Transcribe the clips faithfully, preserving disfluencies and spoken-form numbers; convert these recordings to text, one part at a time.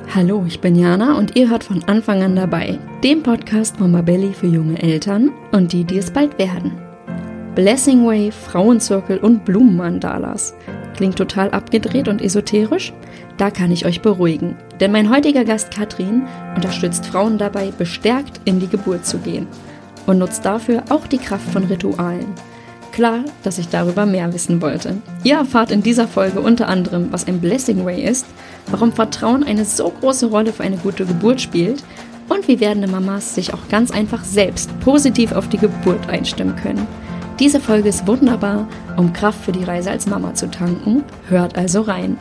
Hallo, ich bin Jana und ihr hört von Anfang an dabei, dem Podcast Mama Belly für junge Eltern und die, die es bald werden. Blessing Way, Frauenzirkel und Blumenmandalas. Klingt total abgedreht und esoterisch? Da kann ich euch beruhigen, denn mein heutiger Gast Katrin unterstützt Frauen dabei, bestärkt in die Geburt zu gehen und nutzt dafür auch die Kraft von Ritualen. Klar, dass ich darüber mehr wissen wollte. Ihr erfahrt in dieser Folge unter anderem, was ein Blessing Way ist, warum Vertrauen eine so große Rolle für eine gute Geburt spielt und wie werdende Mamas sich auch ganz einfach selbst positiv auf die Geburt einstimmen können. Diese Folge ist wunderbar, um Kraft für die Reise als Mama zu tanken. Hört also rein.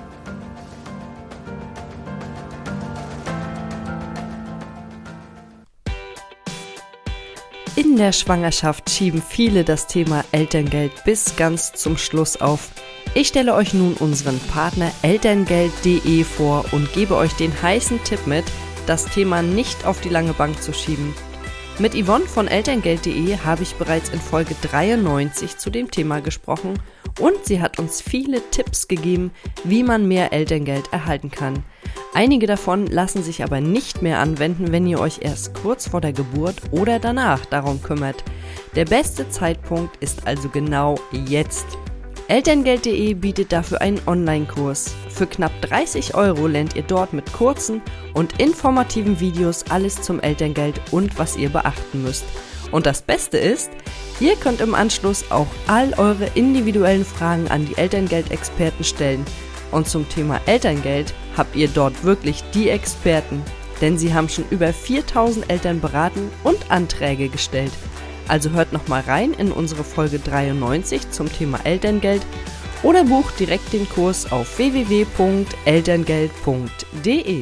In der Schwangerschaft schieben viele das Thema Elterngeld bis ganz zum Schluss auf. Ich stelle euch nun unseren Partner elterngeld punkt de vor und gebe euch den heißen Tipp mit, das Thema nicht auf die lange Bank zu schieben. Mit Yvonne von elterngeld punkt de habe ich bereits in Folge dreiundneunzig zu dem Thema gesprochen und sie hat uns viele Tipps gegeben, wie man mehr Elterngeld erhalten kann. Einige davon lassen sich aber nicht mehr anwenden, wenn ihr euch erst kurz vor der Geburt oder danach darum kümmert. Der beste Zeitpunkt ist also genau jetzt. elterngeld punkt de bietet dafür einen Online-Kurs. Für knapp dreißig Euro lernt ihr dort mit kurzen und informativen Videos alles zum Elterngeld und was ihr beachten müsst. Und das Beste ist, ihr könnt im Anschluss auch all eure individuellen Fragen an die Elterngeld-Experten stellen. Und zum Thema Elterngeld habt ihr dort wirklich die Experten, denn sie haben schon über viertausend Eltern beraten und Anträge gestellt. Also hört nochmal rein in unsere Folge dreiundneunzig zum Thema Elterngeld oder bucht direkt den Kurs auf w w w punkt elterngeld punkt de.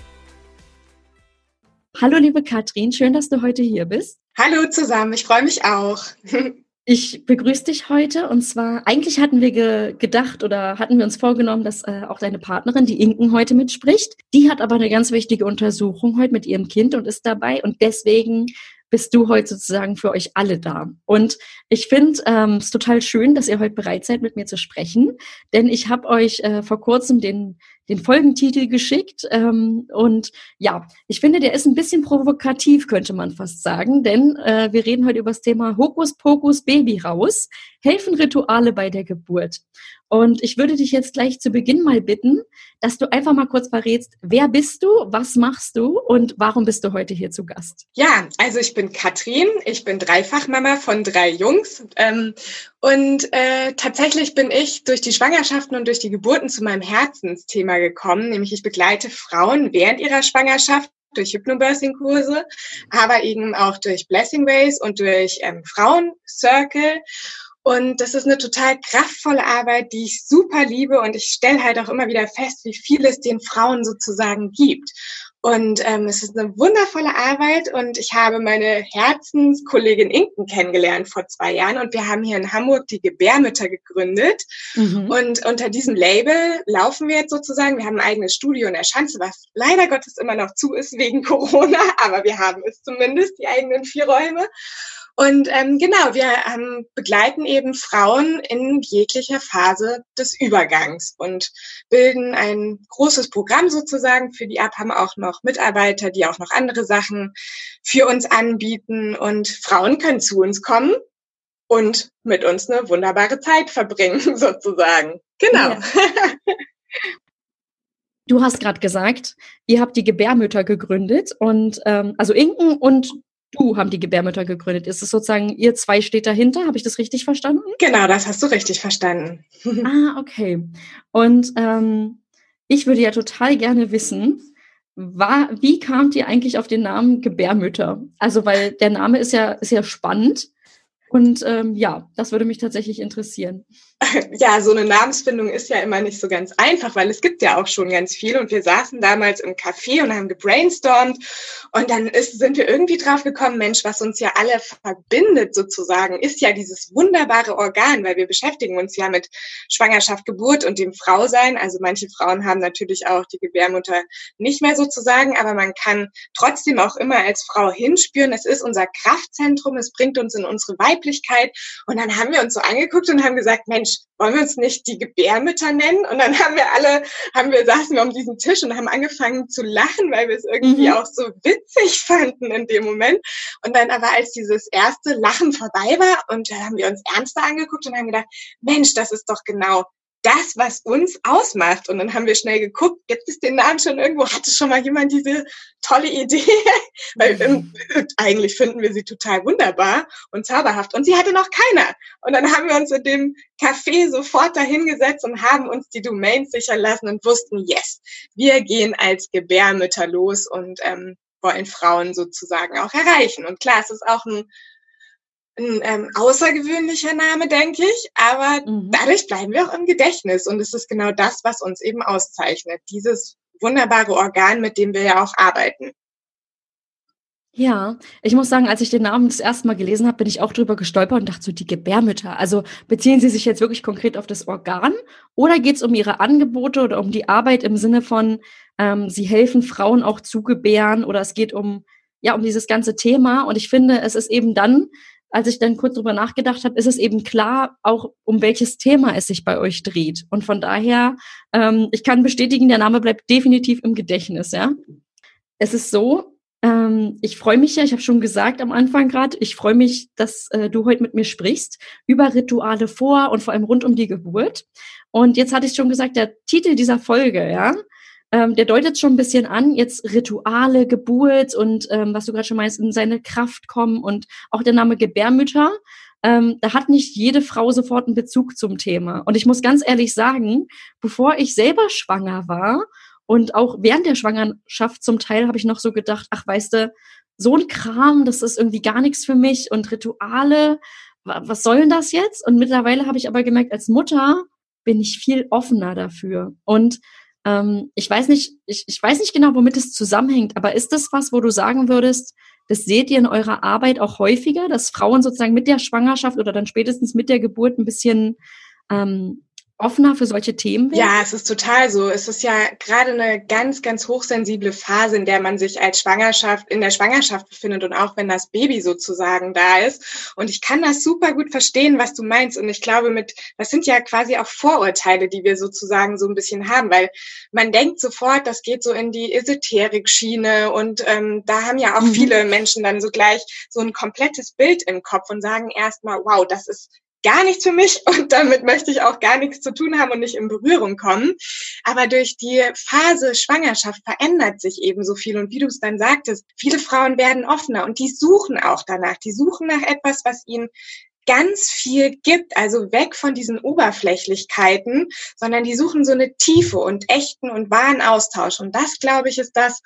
Hallo liebe Katrin, schön, dass du heute hier bist. Hallo zusammen, ich freue mich auch. Ich begrüße dich heute und zwar, eigentlich hatten wir ge- gedacht oder hatten wir uns vorgenommen, dass äh, auch deine Partnerin, die Inken, heute mitspricht. Die hat aber eine ganz wichtige Untersuchung heute mit ihrem Kind und ist dabei und deswegen bist du heute sozusagen für euch alle da. Und ich finde ähm, es total schön, dass ihr heute bereit seid, mit mir zu sprechen, denn ich habe euch äh, vor kurzem den den Folgentitel geschickt ähm, und ja, ich finde, der ist ein bisschen provokativ, könnte man fast sagen, denn äh, wir reden heute über das Thema Hokuspokus Baby raus, helfen Rituale bei der Geburt. Und ich würde dich jetzt gleich zu Beginn mal bitten, dass du einfach mal kurz verrätst, wer bist du, was machst du und warum bist du heute hier zu Gast? Ja, also ich bin Katrin, ich bin Dreifachmama von drei Jungs ähm, und äh, tatsächlich bin ich durch die Schwangerschaften und durch die Geburten zu meinem Herzensthema gekommen, nämlich ich begleite Frauen während ihrer Schwangerschaft durch Hypnobirthing-Kurse, aber eben auch durch Blessing Ways und durch ähm, Frauencircle. Und das ist eine total kraftvolle Arbeit, die ich super liebe und ich stelle halt auch immer wieder fest, wie viel es den Frauen sozusagen gibt. Und ähm, es ist eine wundervolle Arbeit und ich habe meine Herzenskollegin Inken kennengelernt vor zwei Jahren und wir haben hier in Hamburg die Gebärmütter gegründet. Mhm. Und unter diesem Label laufen wir jetzt sozusagen. Wir haben ein eigenes Studio in der Schanze, was leider Gottes immer noch zu ist wegen Corona, aber wir haben es zumindest, die eigenen vier Räume. Und ähm, genau, wir ähm, begleiten eben Frauen in jeglicher Phase des Übergangs und bilden ein großes Programm sozusagen für die ab, haben auch noch Mitarbeiter, die auch noch andere Sachen für uns anbieten und Frauen können zu uns kommen und mit uns eine wunderbare Zeit verbringen sozusagen. Genau. Ja. Du hast gerade gesagt, ihr habt die Gebärmütter gegründet und ähm, also Inken und du haben die Gebärmütter gegründet. Ist es sozusagen, ihr zwei steht dahinter? Habe ich das richtig verstanden? Genau, das hast du richtig verstanden. Ah, okay. Und ähm, ich würde ja total gerne wissen, war, wie kamt ihr eigentlich auf den Namen Gebärmütter? Also, weil der Name ist ja, ist ja spannend. Und ähm, ja, das würde mich tatsächlich interessieren. Ja, so eine Namensfindung ist ja immer nicht so ganz einfach, weil es gibt ja auch schon ganz viel. Und wir saßen damals im Café und haben gebrainstormt. Und dann ist, sind wir irgendwie drauf gekommen, Mensch, was uns ja alle verbindet sozusagen, ist ja dieses wunderbare Organ, weil wir beschäftigen uns ja mit Schwangerschaft, Geburt und dem Frausein. Also manche Frauen haben natürlich auch die Gebärmutter nicht mehr sozusagen, aber man kann trotzdem auch immer als Frau hinspüren. Es ist unser Kraftzentrum, es bringt uns in unsere Weiblichkeit. Weiblichkeit. Und dann haben wir uns so angeguckt und haben gesagt, Mensch, wollen wir uns nicht die Gebärmütter nennen? Und dann haben wir alle, haben wir, saßen wir um diesen Tisch und haben angefangen zu lachen, weil wir es irgendwie mhm. auch so witzig fanden in dem Moment. Und dann aber, als dieses erste Lachen vorbei war, und dann haben wir uns ernster angeguckt und haben gedacht, Mensch, das ist doch genau das, was uns ausmacht. Und dann haben wir schnell geguckt, gibt es den Namen schon irgendwo? Hatte schon mal jemand diese tolle Idee? Weil ähm, eigentlich finden wir sie total wunderbar und zauberhaft. Und sie hatte noch keiner. Und dann haben wir uns in dem Café sofort dahingesetzt und haben uns die Domains sichern lassen und wussten, yes, wir gehen als Gebärmütter los und ähm, wollen Frauen sozusagen auch erreichen. Und klar, es ist auch ein ein ähm, außergewöhnlicher Name, denke ich, aber mhm. dadurch bleiben wir auch im Gedächtnis und es ist genau das, was uns eben auszeichnet, dieses wunderbare Organ, mit dem wir ja auch arbeiten. Ja, ich muss sagen, als ich den Namen das erste Mal gelesen habe, bin ich auch drüber gestolpert und dachte so, die Gebärmütter, also beziehen Sie sich jetzt wirklich konkret auf das Organ oder geht es um Ihre Angebote oder um die Arbeit im Sinne von, ähm, Sie helfen Frauen auch zu gebären oder es geht um, ja, um dieses ganze Thema und ich finde, es ist eben dann, als ich dann kurz drüber nachgedacht habe, ist es eben klar, auch um welches Thema es sich bei euch dreht. Und von daher, ähm, ich kann bestätigen, der Name bleibt definitiv im Gedächtnis, ja. Es ist so, ähm, ich freue mich ja, ich habe schon gesagt am Anfang gerade, ich freue mich, dass äh, du heute mit mir sprichst über Rituale vor und vor allem rund um die Geburt. Und jetzt hatte ich schon gesagt, der Titel dieser Folge, ja, Ähm, der deutet schon ein bisschen an, jetzt Rituale, Geburt und ähm, was du gerade schon meinst, in seine Kraft kommen und auch der Name Gebärmütter, ähm, da hat nicht jede Frau sofort einen Bezug zum Thema. Und ich muss ganz ehrlich sagen, bevor ich selber schwanger war und auch während der Schwangerschaft zum Teil habe ich noch so gedacht, ach weißt du, so ein Kram, das ist irgendwie gar nichts für mich und Rituale, was soll denn das jetzt? Und mittlerweile habe ich aber gemerkt, als Mutter bin ich viel offener dafür und Ähm, ich weiß nicht, ich, ich weiß nicht genau, womit es zusammenhängt, aber ist das was, wo du sagen würdest, das seht ihr in eurer Arbeit auch häufiger, dass Frauen sozusagen mit der Schwangerschaft oder dann spätestens mit der Geburt ein bisschen ähm, offener für solche Themen werden? Ja, es ist total so. Es ist ja gerade eine ganz, ganz hochsensible Phase, in der man sich als Schwangerschaft, in der Schwangerschaft befindet und auch wenn das Baby sozusagen da ist. Und ich kann das super gut verstehen, was du meinst. Und ich glaube, mit, das sind ja quasi auch Vorurteile, die wir sozusagen so ein bisschen haben, weil man denkt sofort, das geht so in die Esoterik-Schiene und ähm, da haben ja auch mhm. viele Menschen dann so gleich so ein komplettes Bild im Kopf und sagen erstmal, wow, das ist gar nichts für mich und damit möchte ich auch gar nichts zu tun haben und nicht in Berührung kommen. Aber durch die Phase Schwangerschaft verändert sich eben so viel. Und wie du es dann sagtest, viele Frauen werden offener und die suchen auch danach. Die suchen nach etwas, was ihnen ganz viel gibt, also weg von diesen Oberflächlichkeiten, sondern die suchen so eine Tiefe und echten und wahren Austausch. Und das, glaube ich, ist das,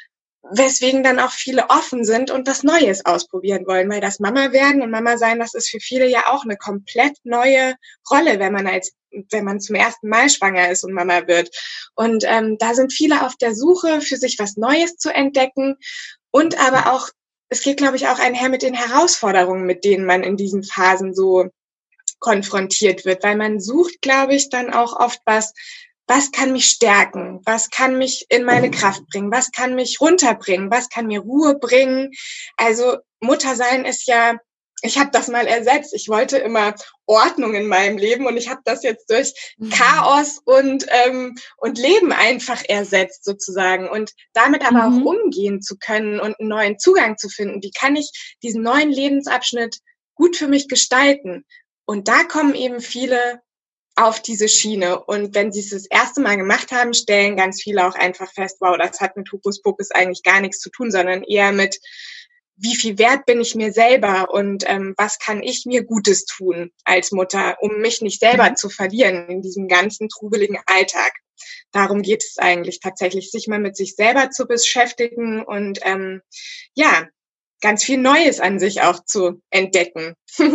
weswegen dann auch viele offen sind und was Neues ausprobieren wollen, weil das Mama werden und Mama sein, das ist für viele ja auch eine komplett neue Rolle, wenn man als wenn man zum ersten Mal schwanger ist und Mama wird. Und ähm, da sind viele auf der Suche, für sich was Neues zu entdecken und aber auch, es geht, glaube ich, auch einher mit den Herausforderungen, mit denen man in diesen Phasen so konfrontiert wird, weil man sucht, glaube ich, dann auch oft was, was kann mich stärken? Was kann mich in meine Kraft bringen? Was kann mich runterbringen? Was kann mir Ruhe bringen? Also Muttersein ist ja, ich habe das mal ersetzt. Ich wollte immer Ordnung in meinem Leben und ich habe das jetzt durch Chaos und ähm, und Leben einfach ersetzt sozusagen. Und damit aber mhm. auch umgehen zu können und einen neuen Zugang zu finden. Wie kann ich diesen neuen Lebensabschnitt gut für mich gestalten? Und da kommen eben viele auf diese Schiene. Und wenn sie es das erste Mal gemacht haben, stellen ganz viele auch einfach fest, wow, das hat mit Hokuspokus eigentlich gar nichts zu tun, sondern eher mit, wie viel wert bin ich mir selber und ähm, was kann ich mir Gutes tun als Mutter, um mich nicht selber zu verlieren in diesem ganzen trubeligen Alltag. Darum geht es eigentlich tatsächlich, sich mal mit sich selber zu beschäftigen und ähm, ja, ganz viel Neues an sich auch zu entdecken.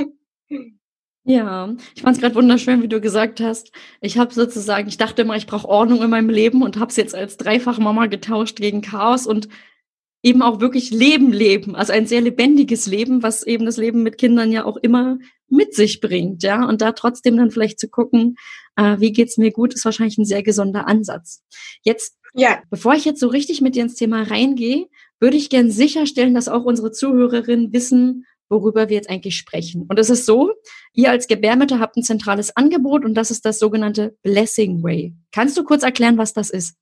Ja, ich fand es gerade wunderschön, wie du gesagt hast. Ich habe sozusagen, ich dachte immer, ich brauche Ordnung in meinem Leben und habe es jetzt als Dreifachmama getauscht gegen Chaos und eben auch wirklich Leben leben, also ein sehr lebendiges Leben, was eben das Leben mit Kindern ja auch immer mit sich bringt, ja. Und da trotzdem dann vielleicht zu gucken, äh, wie geht's mir gut, ist wahrscheinlich ein sehr gesunder Ansatz. Jetzt, ja, bevor ich jetzt so richtig mit dir ins Thema reingehe, würde ich gern sicherstellen, dass auch unsere Zuhörerinnen wissen, worüber wir jetzt eigentlich sprechen. Und es ist so, ihr als Gebärmütter habt ein zentrales Angebot und das ist das sogenannte Blessing Way. Kannst du kurz erklären, was das ist?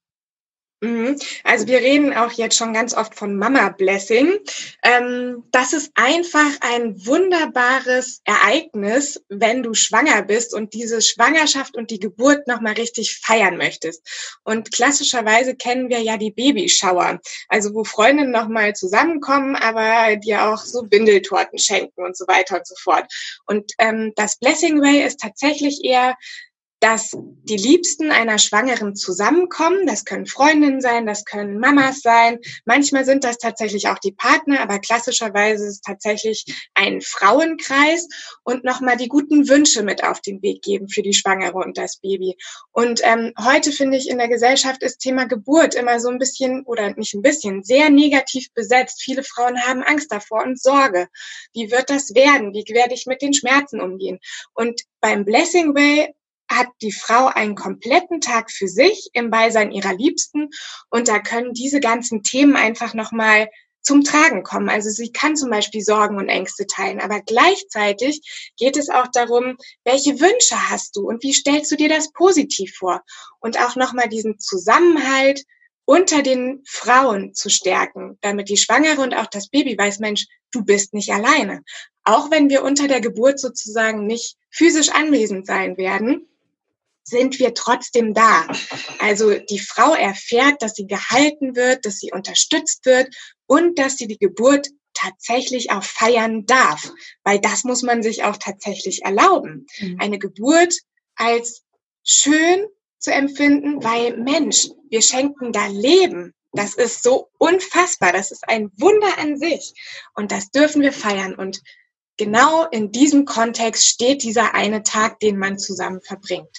Also wir reden auch jetzt schon ganz oft von Mama Blessing. Ähm, das ist einfach ein wunderbares Ereignis, wenn du schwanger bist und diese Schwangerschaft und die Geburt nochmal richtig feiern möchtest. Und klassischerweise kennen wir ja die Babyshower, also wo Freundinnen nochmal zusammenkommen, aber dir auch so Bindeltorten schenken und so weiter und so fort. Und ähm, das Blessing Way ist tatsächlich eher, dass die Liebsten einer Schwangeren zusammenkommen. Das können Freundinnen sein, das können Mamas sein. Manchmal sind das tatsächlich auch die Partner, aber klassischerweise ist es tatsächlich ein Frauenkreis und nochmal die guten Wünsche mit auf den Weg geben für die Schwangere und das Baby. Und ähm, heute finde ich, in der Gesellschaft ist Thema Geburt immer so ein bisschen, oder nicht ein bisschen, sehr negativ besetzt. Viele Frauen haben Angst davor und Sorge. Wie wird das werden? Wie werde ich mit den Schmerzen umgehen? Und beim Blessing Way hat die Frau einen kompletten Tag für sich im Beisein ihrer Liebsten und da können diese ganzen Themen einfach nochmal zum Tragen kommen. Also sie kann zum Beispiel Sorgen und Ängste teilen, aber gleichzeitig geht es auch darum, welche Wünsche hast du und wie stellst du dir das positiv vor? Und auch nochmal diesen Zusammenhalt unter den Frauen zu stärken, damit die Schwangere und auch das Baby weiß, Mensch, du bist nicht alleine. Auch wenn wir unter der Geburt sozusagen nicht physisch anwesend sein werden, sind wir trotzdem da. Also die Frau erfährt, dass sie gehalten wird, dass sie unterstützt wird und dass sie die Geburt tatsächlich auch feiern darf, weil das muss man sich auch tatsächlich erlauben. Mhm. Eine Geburt als schön zu empfinden, weil Mensch, wir schenken da Leben. Das ist so unfassbar, das ist ein Wunder an sich und das dürfen wir feiern und genau in diesem Kontext steht dieser eine Tag, den man zusammen verbringt.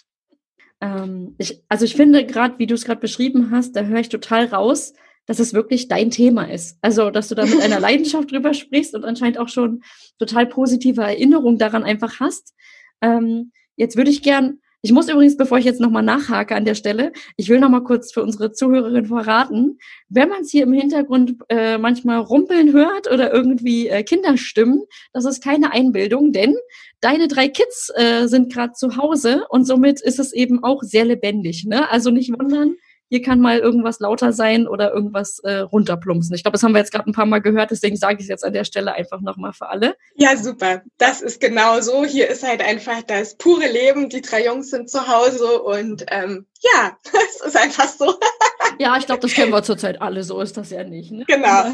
Ähm, ich, also ich finde gerade, wie du es gerade beschrieben hast, da höre ich total raus, dass es wirklich dein Thema ist. Also, dass du da mit einer Leidenschaft drüber sprichst und anscheinend auch schon total positive Erinnerungen daran einfach hast. Ähm, jetzt würde ich gern, ich muss übrigens, bevor ich jetzt nochmal nachhake an der Stelle, ich will nochmal kurz für unsere Zuhörerin verraten, wenn man es hier im Hintergrund äh, manchmal rumpeln hört oder irgendwie äh, Kinderstimmen, das ist keine Einbildung, denn deine drei Kids äh, sind gerade zu Hause und somit ist es eben auch sehr lebendig, ne? Also nicht wundern, hier kann mal irgendwas lauter sein oder irgendwas äh, runterplumpsen. Ich glaube, das haben wir jetzt gerade ein paar Mal gehört, deswegen sage ich es jetzt an der Stelle einfach nochmal für alle. Ja, super. Das ist genau so. Hier ist halt einfach das pure Leben. Die drei Jungs sind zu Hause und ähm, ja, es ist einfach so. Ja, ich glaube, das kennen wir zurzeit alle. So ist das ja nicht. Ne? Genau.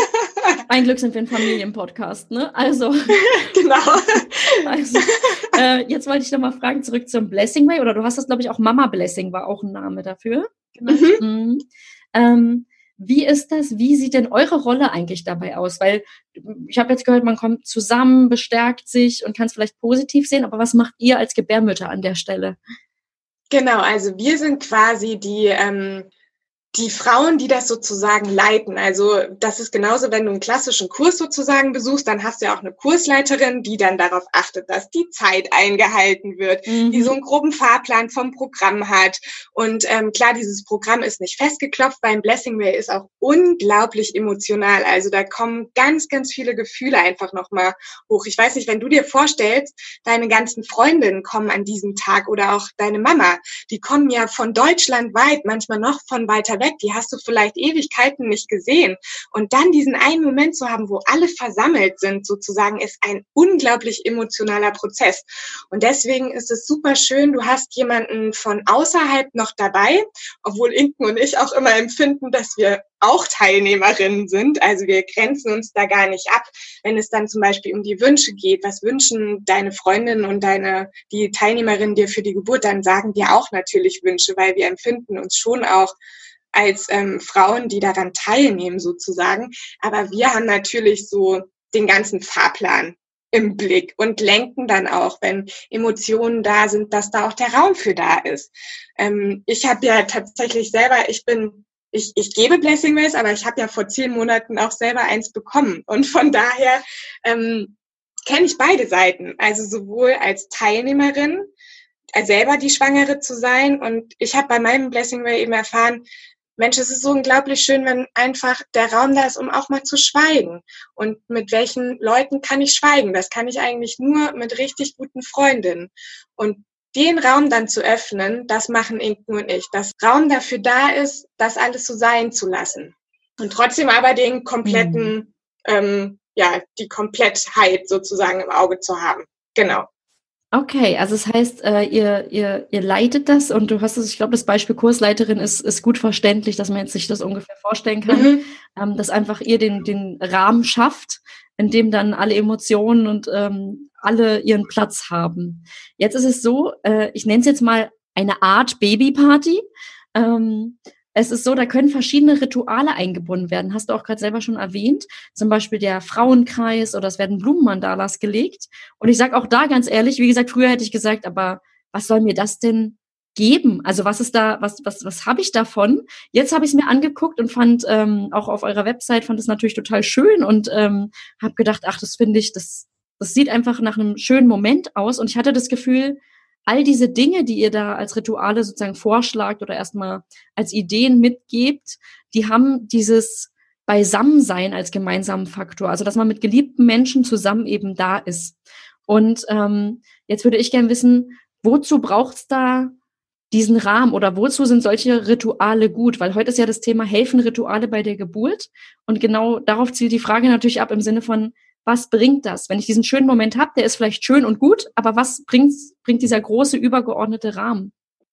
Ein Glück sind wir ein Familienpodcast, ne? Also. Genau. Also, äh, jetzt wollte ich nochmal fragen, zurück zum Blessing Way, oder du hast das, glaube ich, auch Mama Blessing war auch ein Name dafür. Mhm. Mhm. Ähm, wie ist das, wie sieht denn eure Rolle eigentlich dabei aus? Weil ich habe jetzt gehört, man kommt zusammen, bestärkt sich und kann es vielleicht positiv sehen, aber was macht ihr als Gebärmütter an der Stelle? Genau, also wir sind quasi die ähm, die Frauen, die das sozusagen leiten. Also das ist genauso, wenn du einen klassischen Kurs sozusagen besuchst, dann hast du ja auch eine Kursleiterin, die dann darauf achtet, dass die Zeit eingehalten wird, mhm. die so einen groben Fahrplan vom Programm hat. Und ähm, klar, dieses Programm ist nicht festgeklopft, beim Blessing Way ist auch unglaublich emotional. Also da kommen ganz, ganz viele Gefühle einfach nochmal hoch. Ich weiß nicht, wenn du dir vorstellst, deine ganzen Freundinnen kommen an diesem Tag oder auch deine Mama, die kommen ja von Deutschland weit, manchmal noch von weiter weg. Die hast du vielleicht Ewigkeiten nicht gesehen. Und dann diesen einen Moment zu haben, wo alle versammelt sind, sozusagen, ist ein unglaublich emotionaler Prozess. Und deswegen ist es super schön, du hast jemanden von außerhalb noch dabei, obwohl Inken und ich auch immer empfinden, dass wir auch Teilnehmerinnen sind. Also wir grenzen uns da gar nicht ab, wenn es dann zum Beispiel um die Wünsche geht. Was wünschen deine Freundinnen und deine, die Teilnehmerinnen dir für die Geburt? Dann sagen wir auch natürlich Wünsche, weil wir empfinden uns schon auch als ähm, Frauen, die daran teilnehmen sozusagen. Aber wir haben natürlich so den ganzen Fahrplan im Blick und lenken dann auch, wenn Emotionen da sind, dass da auch der Raum für da ist. Ähm, ich habe ja tatsächlich selber, ich bin, ich, ich gebe Blessing Ways, aber ich habe ja vor zehn Monaten auch selber eins bekommen. Und von daher ähm, kenne ich beide Seiten. Also sowohl als Teilnehmerin, als selber die Schwangere zu sein. Und ich habe bei meinem Blessing Way eben erfahren, Mensch, es ist so unglaublich schön, wenn einfach der Raum da ist, um auch mal zu schweigen. Und mit welchen Leuten kann ich schweigen? Das kann ich eigentlich nur mit richtig guten Freundinnen. Und den Raum dann zu öffnen, das machen Inken und ich. Dass Raum dafür da ist, das alles so sein zu lassen. Und trotzdem aber den kompletten, mhm. ähm, ja, die Komplettheit sozusagen im Auge zu haben. Genau. Okay, also das heißt, äh, ihr, ihr, ihr leitet das und du hast es, ich glaube, das Beispiel Kursleiterin ist, ist gut verständlich, dass man jetzt sich das ungefähr vorstellen kann, mhm. ähm, dass einfach ihr den, den Rahmen schafft, in dem dann alle Emotionen und ähm, alle ihren Platz haben. Jetzt ist es so, äh, ich nenne es jetzt mal eine Art Babyparty. Ähm, Es ist so, da können verschiedene Rituale eingebunden werden. Hast du auch gerade selber schon erwähnt. Zum Beispiel der Frauenkreis oder es werden Blumenmandalas gelegt. Und ich sage auch da ganz ehrlich, wie gesagt, früher hätte ich gesagt, aber was soll mir das denn geben? Also was ist da, was, was, was habe ich davon? Jetzt habe ich es mir angeguckt und fand ähm, auch auf eurer Website, fand es natürlich total schön und ähm, habe gedacht, ach, das finde ich, das, das sieht einfach nach einem schönen Moment aus. Und ich hatte das Gefühl, all diese Dinge, die ihr da als Rituale sozusagen vorschlagt oder erstmal als Ideen mitgebt, die haben dieses Beisammensein als gemeinsamen Faktor. Also, dass man mit geliebten Menschen zusammen eben da ist. Und ähm, jetzt würde ich gerne wissen, wozu braucht's da diesen Rahmen oder wozu sind solche Rituale gut? Weil heute ist ja das Thema, helfen Rituale bei der Geburt? Und genau darauf zielt die Frage natürlich ab im Sinne von, was bringt das? Wenn ich diesen schönen Moment habe, der ist vielleicht schön und gut, aber was bringt, bringt dieser große, übergeordnete Rahmen?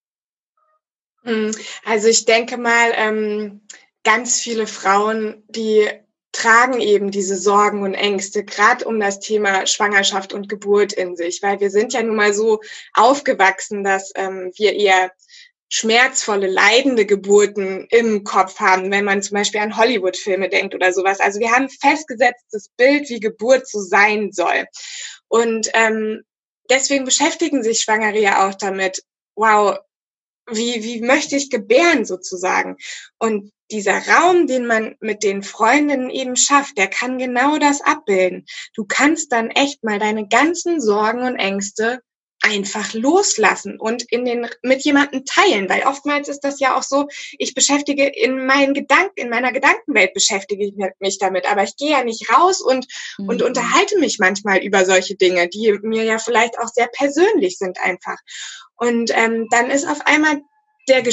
Also ich denke mal, ähm, ganz viele Frauen, die tragen eben diese Sorgen und Ängste, gerade um das Thema Schwangerschaft und Geburt in sich, weil wir sind ja nun mal so aufgewachsen, dass ähm, wir eher schmerzvolle, leidende Geburten im Kopf haben, wenn man zum Beispiel an Hollywood-Filme denkt oder sowas. Also wir haben ein festgesetztes Bild, wie Geburt so sein soll. Und ähm, deswegen beschäftigen sich Schwangere ja auch damit, wow, wie, wie möchte ich gebären sozusagen? Und dieser Raum, den man mit den Freundinnen eben schafft, der kann genau das abbilden. Du kannst dann echt mal deine ganzen Sorgen und Ängste einfach loslassen und in den mit jemandem teilen, weil oftmals ist das ja auch so, ich beschäftige in meinen Gedanken, in meiner Gedankenwelt beschäftige ich mich damit, aber ich gehe ja nicht raus und mhm. und unterhalte mich manchmal über solche Dinge, die mir ja vielleicht auch sehr persönlich sind einfach. Und ähm, dann ist auf einmal der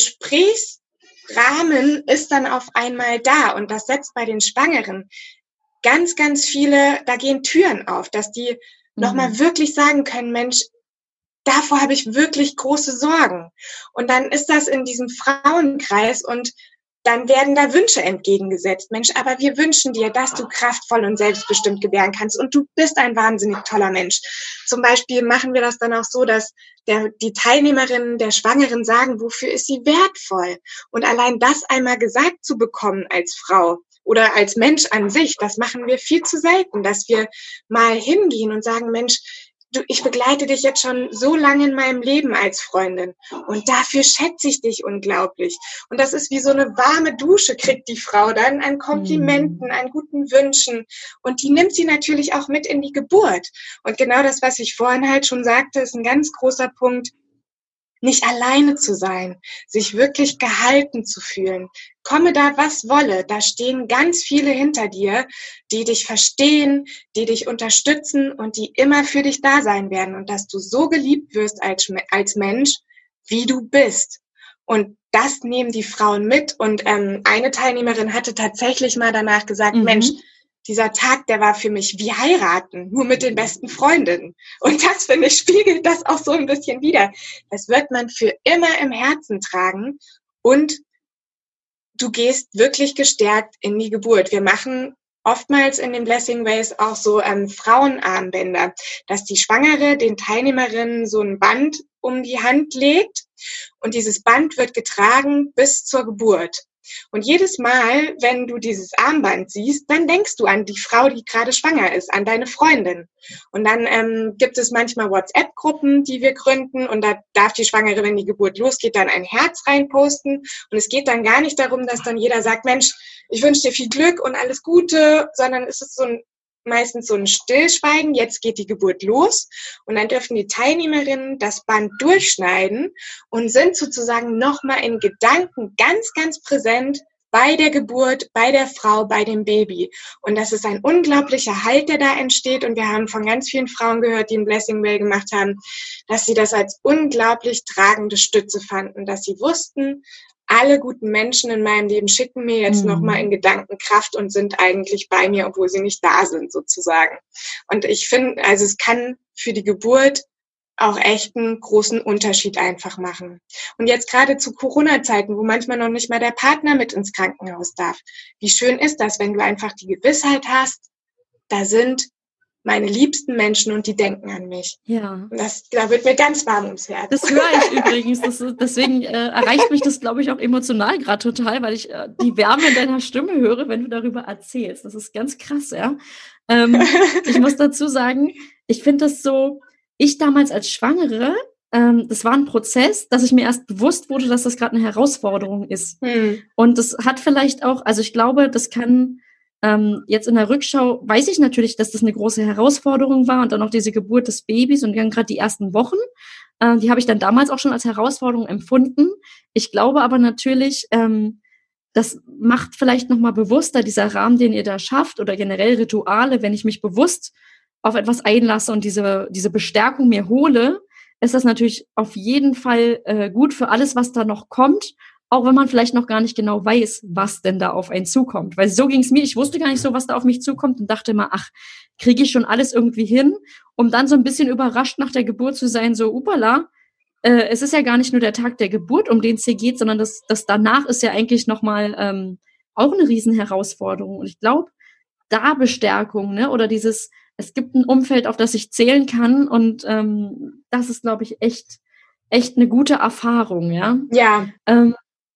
Gesprächsrahmen ist dann auf einmal da und das setzt bei den Schwangeren ganz, ganz viele, da gehen Türen auf, dass die mhm. nochmal wirklich sagen können, Mensch, davor habe ich wirklich große Sorgen. Und dann ist das in diesem Frauenkreis und dann werden da Wünsche entgegengesetzt. Mensch, aber wir wünschen dir, dass du kraftvoll und selbstbestimmt gebären kannst und du bist ein wahnsinnig toller Mensch. Zum Beispiel machen wir das dann auch so, dass der, die Teilnehmerinnen der Schwangeren sagen, wofür ist sie wertvoll? Und allein das einmal gesagt zu bekommen als Frau oder als Mensch an sich, das machen wir viel zu selten, dass wir mal hingehen und sagen, Mensch, du, ich begleite dich jetzt schon so lange in meinem Leben als Freundin und dafür schätze ich dich unglaublich. Und das ist wie so eine warme Dusche, kriegt die Frau dann an Komplimenten, an guten Wünschen und die nimmt sie natürlich auch mit in die Geburt. Und genau das, was ich vorhin halt schon sagte, ist ein ganz großer Punkt, nicht alleine zu sein, sich wirklich gehalten zu fühlen. Komme da, was wolle, da stehen ganz viele hinter dir, die dich verstehen, die dich unterstützen und die immer für dich da sein werden und dass du so geliebt wirst als, als Mensch, wie du bist. Und das nehmen die Frauen mit und ähm, eine Teilnehmerin hatte tatsächlich mal danach gesagt, mhm. Mensch, dieser Tag, der war für mich wie heiraten, nur mit den besten Freundinnen. Und das, finde ich, spiegelt das auch so ein bisschen wider. Das wird man für immer im Herzen tragen und du gehst wirklich gestärkt in die Geburt. Wir machen oftmals in den Blessing Ways auch so ähm, Frauenarmbänder, dass die Schwangere den Teilnehmerinnen so ein Band um die Hand legt und dieses Band wird getragen bis zur Geburt. Und jedes Mal, wenn du dieses Armband siehst, dann denkst du an die Frau, die gerade schwanger ist, an deine Freundin. Und dann ähm, gibt es manchmal WhatsApp-Gruppen, die wir gründen und da darf die Schwangere, wenn die Geburt losgeht, dann ein Herz reinposten. Und es geht dann gar nicht darum, dass dann jeder sagt, Mensch, ich wünsche dir viel Glück und alles Gute, sondern es ist so ein meistens so ein Stillschweigen, jetzt geht die Geburt los und dann dürfen die Teilnehmerinnen das Band durchschneiden und sind sozusagen nochmal in Gedanken ganz, ganz präsent bei der Geburt, bei der Frau, bei dem Baby. Und das ist ein unglaublicher Halt, der da entsteht. Und wir haben von ganz vielen Frauen gehört, die ein Blessing Way gemacht haben, dass sie das als unglaublich tragende Stütze fanden, dass sie wussten, alle guten Menschen in meinem Leben schicken mir jetzt mhm. nochmal in Gedanken Kraft und sind eigentlich bei mir, obwohl sie nicht da sind, sozusagen. Und ich finde, also es kann für die Geburt auch echt einen großen Unterschied einfach machen. Und jetzt gerade zu Corona-Zeiten, wo manchmal noch nicht mal der Partner mit ins Krankenhaus darf. Wie schön ist das, wenn du einfach die Gewissheit hast, da sind meine liebsten Menschen und die denken an mich. Ja. Und das, da wird mir ganz warm ums Herz. Das höre ich übrigens. Das, deswegen äh, erreicht mich das, glaube ich, auch emotional gerade total, weil ich äh, die Wärme in deiner Stimme höre, wenn du darüber erzählst. Das ist ganz krass, ja. Ähm, ich muss dazu sagen, ich finde das so, ich damals als Schwangere, ähm, das war ein Prozess, dass ich mir erst bewusst wurde, dass das gerade eine Herausforderung ist. Hm. Und das hat vielleicht auch, also ich glaube, das kann ähm, jetzt in der Rückschau, weiß ich natürlich, dass das eine große Herausforderung war und dann noch diese Geburt des Babys und dann gerade die ersten Wochen, äh, die habe ich dann damals auch schon als Herausforderung empfunden. Ich glaube aber natürlich, ähm, das macht vielleicht nochmal bewusster, dieser Rahmen, den ihr da schafft oder generell Rituale, wenn ich mich bewusst auf etwas einlasse und diese diese Bestärkung mir hole, ist das natürlich auf jeden Fall äh, gut für alles, was da noch kommt, auch wenn man vielleicht noch gar nicht genau weiß, was denn da auf einen zukommt. Weil so ging es mir, ich wusste gar nicht so, was da auf mich zukommt und dachte immer, ach, kriege ich schon alles irgendwie hin, um dann so ein bisschen überrascht nach der Geburt zu sein, so, upala, äh, es ist ja gar nicht nur der Tag der Geburt, um den es hier geht, sondern das, das danach ist ja eigentlich nochmal ähm, auch eine Riesenherausforderung. Und ich glaube, da Bestärkung, ne, oder dieses, es gibt ein Umfeld, auf das ich zählen kann und ähm, das ist, glaube ich, echt, echt eine gute Erfahrung, ja. Ja. Ähm,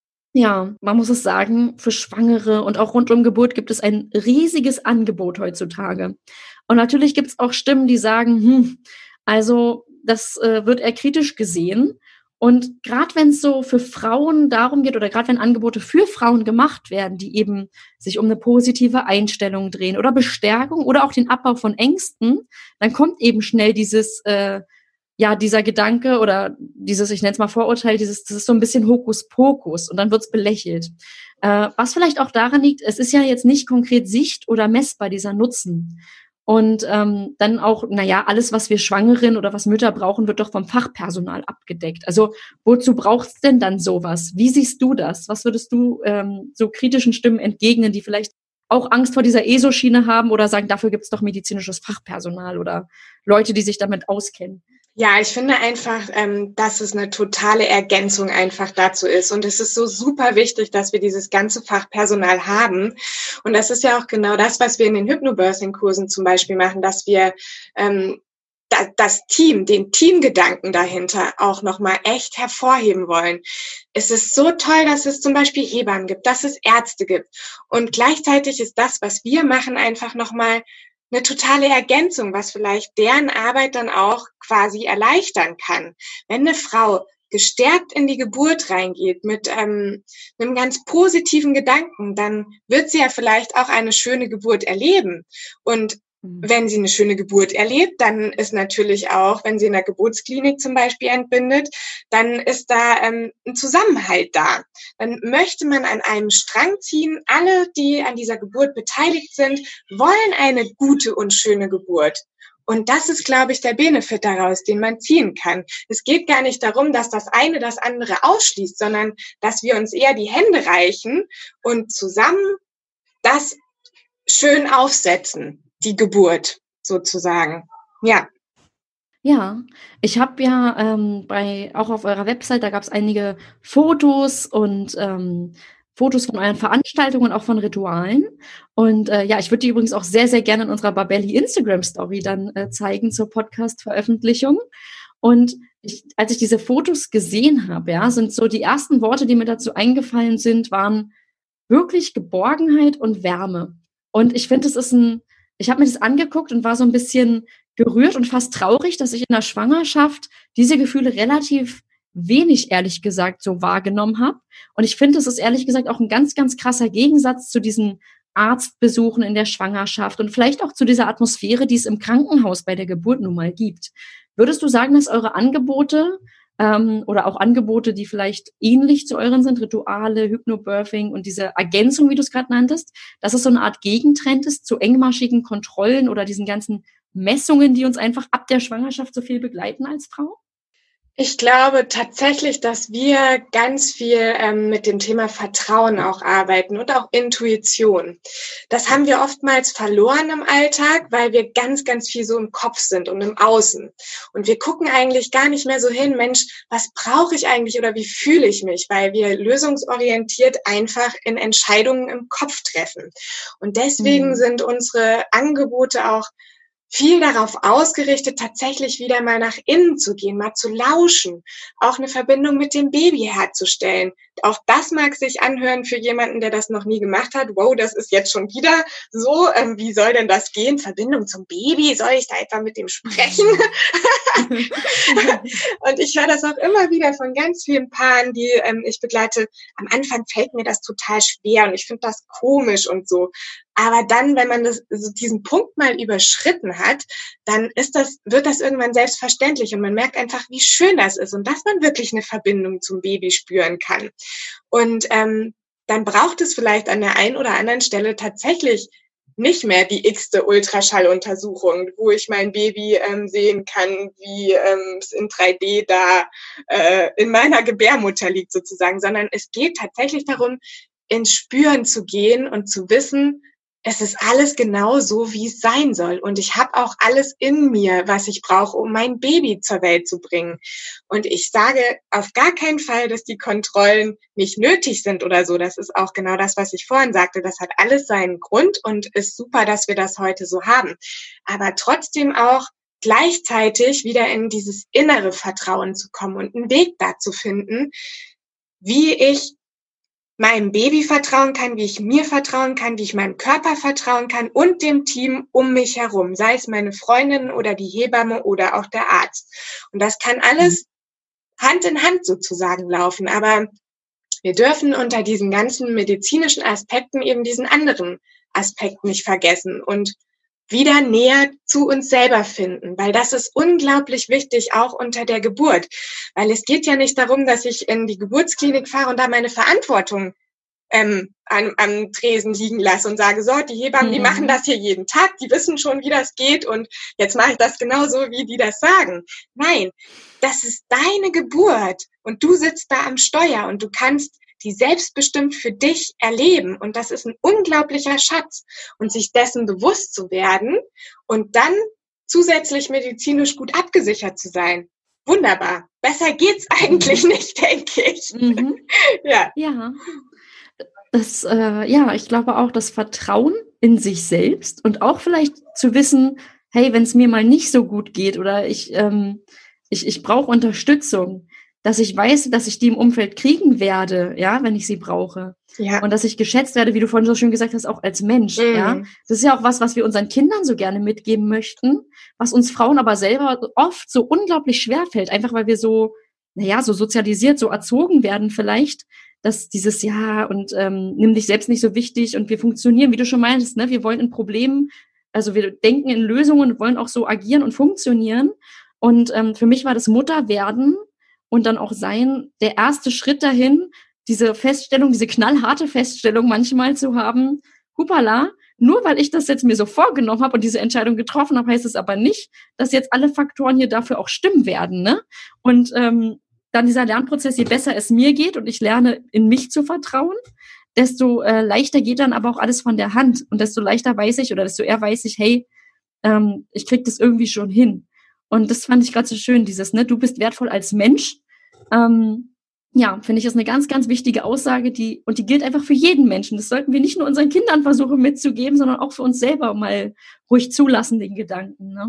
ja, man muss es sagen, für Schwangere und auch rund um Geburt gibt es ein riesiges Angebot heutzutage. Und natürlich gibt es auch Stimmen, die sagen, hm, also das äh, wird eher kritisch gesehen. Und gerade wenn es so für Frauen darum geht oder gerade wenn Angebote für Frauen gemacht werden, die eben sich um eine positive Einstellung drehen oder Bestärkung oder auch den Abbau von Ängsten, dann kommt eben schnell dieses, äh, ja, dieser Gedanke oder dieses, ich nenne es mal Vorurteil, dieses, das ist so ein bisschen Hokuspokus und dann wird's belächelt. Äh, was vielleicht auch daran liegt, es ist ja jetzt nicht konkret sicht- oder messbar, dieser Nutzen. Und ähm, dann auch, naja, alles, was wir Schwangeren oder was Mütter brauchen, wird doch vom Fachpersonal abgedeckt. Also wozu braucht's denn dann sowas? Wie siehst du das? Was würdest du ähm, so kritischen Stimmen entgegnen, die vielleicht auch Angst vor dieser E S O-Schiene haben oder sagen, dafür gibt's doch medizinisches Fachpersonal oder Leute, die sich damit auskennen? Ja, ich finde einfach, ähm, dass es eine totale Ergänzung einfach dazu ist. Und es ist so super wichtig, dass wir dieses ganze Fachpersonal haben. Und das ist ja auch genau das, was wir in den Hypnobirthing-Kursen zum Beispiel machen, dass wir ähm, da, das Team, den Teamgedanken dahinter auch nochmal echt hervorheben wollen. Es ist so toll, dass es zum Beispiel Hebammen gibt, dass es Ärzte gibt. Und gleichzeitig ist das, was wir machen, einfach nochmal eine totale Ergänzung, was vielleicht deren Arbeit dann auch quasi erleichtern kann. Wenn eine Frau gestärkt in die Geburt reingeht mit ähm, einem ganz positiven Gedanken, dann wird sie ja vielleicht auch eine schöne Geburt erleben. Und wenn sie eine schöne Geburt erlebt, dann ist natürlich auch, wenn sie in der Geburtsklinik zum Beispiel entbindet, dann ist da ähm, ein Zusammenhalt da. Dann möchte man an einem Strang ziehen. Alle, die an dieser Geburt beteiligt sind, wollen eine gute und schöne Geburt. Und das ist, glaube ich, der Benefit daraus, den man ziehen kann. Es geht gar nicht darum, dass das eine das andere ausschließt, sondern dass wir uns eher die Hände reichen und zusammen das schön aufsetzen. Die Geburt sozusagen, ja. Ja, ich habe ja ähm, bei auch auf eurer Website, da gab es einige Fotos und ähm, Fotos von euren Veranstaltungen und auch von Ritualen. Und äh, ja, ich würde die übrigens auch sehr, sehr gerne in unserer Babelli Instagram-Story dann äh, zeigen zur Podcast-Veröffentlichung. Und ich, als ich diese Fotos gesehen habe, ja, sind so die ersten Worte, die mir dazu eingefallen sind, waren wirklich Geborgenheit und Wärme. Und ich finde, es ist ein Ich habe mir das angeguckt und war so ein bisschen gerührt und fast traurig, dass ich in der Schwangerschaft diese Gefühle relativ wenig, ehrlich gesagt, so wahrgenommen habe. Und ich finde, das ist ehrlich gesagt auch ein ganz, ganz krasser Gegensatz zu diesen Arztbesuchen in der Schwangerschaft und vielleicht auch zu dieser Atmosphäre, die es im Krankenhaus bei der Geburt nun mal gibt. Würdest du sagen, dass eure Angebote ähm, oder auch Angebote, die vielleicht ähnlich zu euren sind, Rituale, Hypnobirthing und diese Ergänzung, wie du es gerade nanntest, dass es so eine Art Gegentrend ist zu engmaschigen Kontrollen oder diesen ganzen Messungen, die uns einfach ab der Schwangerschaft so viel begleiten als Frau? Ich glaube tatsächlich, dass wir ganz viel ähm, mit dem Thema Vertrauen auch arbeiten und auch Intuition. Das haben wir oftmals verloren im Alltag, weil wir ganz, ganz viel so im Kopf sind und im Außen. Und wir gucken eigentlich gar nicht mehr so hin, Mensch, was brauche ich eigentlich oder wie fühle ich mich? Weil wir lösungsorientiert einfach in Entscheidungen im Kopf treffen. Und deswegen mhm. sind unsere Angebote auch viel darauf ausgerichtet, tatsächlich wieder mal nach innen zu gehen, mal zu lauschen, auch eine Verbindung mit dem Baby herzustellen. Auch das mag sich anhören für jemanden, der das noch nie gemacht hat. Wow, das ist jetzt schon wieder so. Ähm, wie soll denn das gehen? Verbindung zum Baby? Soll ich da etwa mit dem sprechen? Und ich höre das auch immer wieder von ganz vielen Paaren, die ähm, ich begleite. Am Anfang fällt mir das total schwer und ich finde das komisch und so. Aber dann, wenn man das, so diesen Punkt mal überschritten hat, dann ist das, wird das irgendwann selbstverständlich und man merkt einfach, wie schön das ist und dass man wirklich eine Verbindung zum Baby spüren kann. Und ähm, dann braucht es vielleicht an der einen oder anderen Stelle tatsächlich nicht mehr die x-te Ultraschalluntersuchung, wo ich mein Baby ähm, sehen kann, wie ähm, es in drei D da äh, in meiner Gebärmutter liegt sozusagen, sondern es geht tatsächlich darum, ins Spüren zu gehen und zu wissen, es ist alles genau so, wie es sein soll. Und ich habe auch alles in mir, was ich brauche, um mein Baby zur Welt zu bringen. Und ich sage auf gar keinen Fall, dass die Kontrollen nicht nötig sind oder so. Das ist auch genau das, was ich vorhin sagte. Das hat alles seinen Grund und ist super, dass wir das heute so haben. Aber trotzdem auch gleichzeitig wieder in dieses innere Vertrauen zu kommen und einen Weg dazu finden, wie ich meinem Baby vertrauen kann, wie ich mir vertrauen kann, wie ich meinem Körper vertrauen kann und dem Team um mich herum, sei es meine Freundin oder die Hebamme oder auch der Arzt. Und das kann alles Hand in Hand sozusagen laufen, aber wir dürfen unter diesen ganzen medizinischen Aspekten eben diesen anderen Aspekt nicht vergessen und wieder näher zu uns selber finden, weil das ist unglaublich wichtig, auch unter der Geburt. Weil es geht ja nicht darum, dass ich in die Geburtsklinik fahre und da meine Verantwortung ähm, am, am Tresen liegen lasse und sage, so, die Hebammen, mhm. die machen das hier jeden Tag, die wissen schon, wie das geht und jetzt mache ich das genauso, wie die das sagen. Nein, das ist deine Geburt und du sitzt da am Steuer und du kannst die selbstbestimmt für dich erleben. Und das ist ein unglaublicher Schatz. Und sich dessen bewusst zu werden und dann zusätzlich medizinisch gut abgesichert zu sein. Wunderbar. Besser geht's eigentlich nicht, denke ich. Mhm. Ja. Ja. Das, äh, ja, ich glaube auch, das Vertrauen in sich selbst und auch vielleicht zu wissen, hey, wenn es mir mal nicht so gut geht oder ich, ähm, ich, ich brauche Unterstützung, dass ich weiß, dass ich die im Umfeld kriegen werde, ja, wenn ich sie brauche. Ja. Und dass ich geschätzt werde, wie du vorhin so schön gesagt hast, auch als Mensch, mhm. ja. Das ist ja auch was, was wir unseren Kindern so gerne mitgeben möchten, was uns Frauen aber selber oft so unglaublich schwer fällt, einfach weil wir so, naja, so sozialisiert, so erzogen werden vielleicht, dass dieses, ja, und ähm, nimm dich selbst nicht so wichtig und wir funktionieren, wie du schon meintest, ne, wir wollen in Problemen, also wir denken in Lösungen und wollen auch so agieren und funktionieren. Und ähm, für mich war das Mutterwerden und dann auch sein, der erste Schritt dahin, diese Feststellung, diese knallharte Feststellung manchmal zu haben, hupala, nur weil ich das jetzt mir so vorgenommen habe und diese Entscheidung getroffen habe, heißt es aber nicht, dass jetzt alle Faktoren hier dafür auch stimmen werden, ne? Und ähm, dann dieser Lernprozess, je besser es mir geht und ich lerne, in mich zu vertrauen, desto äh, leichter geht dann aber auch alles von der Hand und desto leichter weiß ich oder desto eher weiß ich, hey, ähm, ich krieg das irgendwie schon hin. Und das fand ich gerade so schön, dieses, ne, du bist wertvoll als Mensch. Ähm, ja, finde ich, ist eine ganz, ganz wichtige Aussage, die, und die gilt einfach für jeden Menschen. Das sollten wir nicht nur unseren Kindern versuchen mitzugeben, sondern auch für uns selber mal ruhig zulassen, den Gedanken, ne?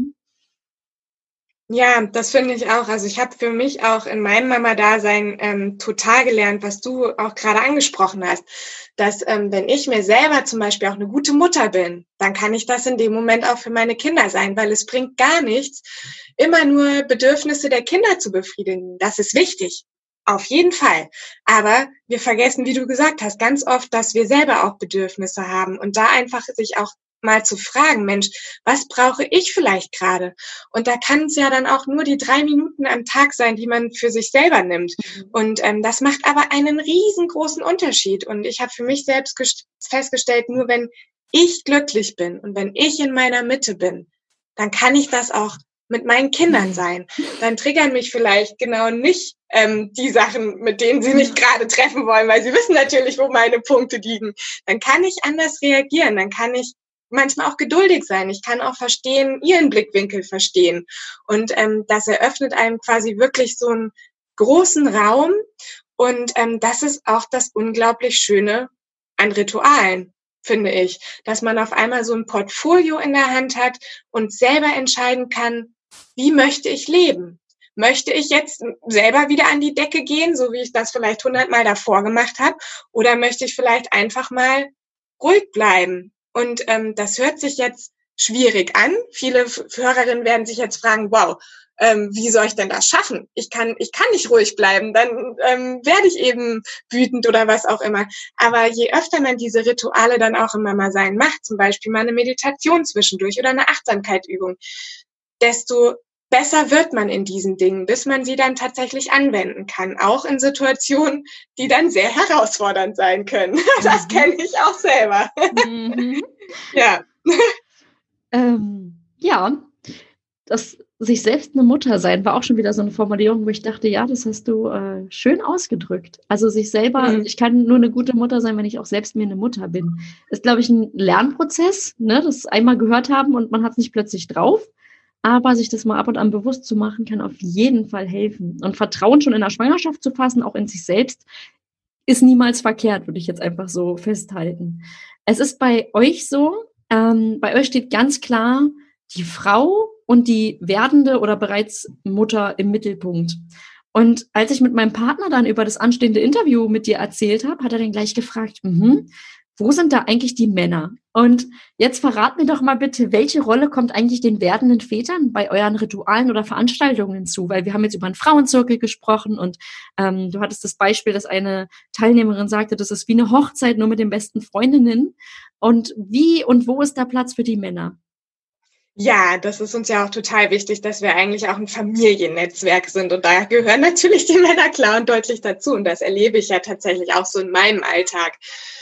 Ja, das finde ich auch. Also ich habe für mich auch in meinem Mama-Dasein ähm, total gelernt, was du auch gerade angesprochen hast, dass ähm, wenn ich mir selber zum Beispiel auch eine gute Mutter bin, dann kann ich das in dem Moment auch für meine Kinder sein, weil es bringt gar nichts, immer nur Bedürfnisse der Kinder zu befriedigen. Das ist wichtig. Auf jeden Fall. Aber wir vergessen, wie du gesagt hast, ganz oft, dass wir selber auch Bedürfnisse haben und da einfach sich auch mal zu fragen, Mensch, was brauche ich vielleicht gerade? Und da kann es ja dann auch nur die drei Minuten am Tag sein, die man für sich selber nimmt. Mhm. Und ähm, das macht aber einen riesengroßen Unterschied. Und ich habe für mich selbst gest- festgestellt, nur wenn ich glücklich bin und wenn ich in meiner Mitte bin, dann kann ich das auch mit meinen Kindern sein. Dann triggern mich vielleicht genau nicht ähm, die Sachen, mit denen sie mich gerade treffen wollen, weil sie wissen natürlich, wo meine Punkte liegen. Dann kann ich anders reagieren, dann kann ich manchmal auch geduldig sein. Ich kann auch verstehen, ihren Blickwinkel verstehen. Und ähm, das eröffnet einem quasi wirklich so einen großen Raum. Und ähm, das ist auch das unglaublich Schöne an Ritualen, finde ich, dass man auf einmal so ein Portfolio in der Hand hat und selber entscheiden kann, wie möchte ich leben? Möchte ich jetzt selber wieder an die Decke gehen, so wie ich das vielleicht hundertmal davor gemacht habe, oder möchte ich vielleicht einfach mal ruhig bleiben? Und ähm, das hört sich jetzt schwierig an. Viele Hörerinnen werden sich jetzt fragen, wow, ähm, wie soll ich denn das schaffen? Ich kann, ich kann nicht ruhig bleiben, dann ähm, werde ich eben wütend oder was auch immer. Aber je öfter man diese Rituale dann auch im Mama-Sein macht, zum Beispiel mal eine Meditation zwischendurch oder eine Achtsamkeitsübung, desto besser wird man in diesen Dingen, bis man sie dann tatsächlich anwenden kann. Auch in Situationen, die dann sehr herausfordernd sein können. Das mhm. kenne ich auch selber. Mhm. Ja. Ähm, ja, das sich selbst eine Mutter sein war auch schon wieder so eine Formulierung, wo ich dachte, ja, das hast du äh, schön ausgedrückt. Also sich selber, mhm. ich kann nur eine gute Mutter sein, wenn ich auch selbst mir eine Mutter bin. Ist, glaube ich, ein Lernprozess, ne, das einmal gehört haben und man hat es nicht plötzlich drauf. Aber sich das mal ab und an bewusst zu machen, kann auf jeden Fall helfen. Und Vertrauen schon in der Schwangerschaft zu fassen, auch in sich selbst, ist niemals verkehrt, würde ich jetzt einfach so festhalten. Es ist bei euch so, ähm, bei euch steht ganz klar die Frau und die werdende oder bereits Mutter im Mittelpunkt. Und als ich mit meinem Partner dann über das anstehende Interview mit dir erzählt habe, hat er dann gleich gefragt, mhm, wo sind da eigentlich die Männer? Und jetzt verrat mir doch mal bitte, welche Rolle kommt eigentlich den werdenden Vätern bei euren Ritualen oder Veranstaltungen zu? Weil wir haben jetzt über einen Frauenzirkel gesprochen und ähm, du hattest das Beispiel, dass eine Teilnehmerin sagte, das ist wie eine Hochzeit nur mit den besten Freundinnen. Und wie und wo ist da Platz für die Männer? Ja, das ist uns ja auch total wichtig, dass wir eigentlich auch ein Familiennetzwerk sind. Und da gehören natürlich die Männer klar und deutlich dazu. Und das erlebe ich ja tatsächlich auch so in meinem Alltag.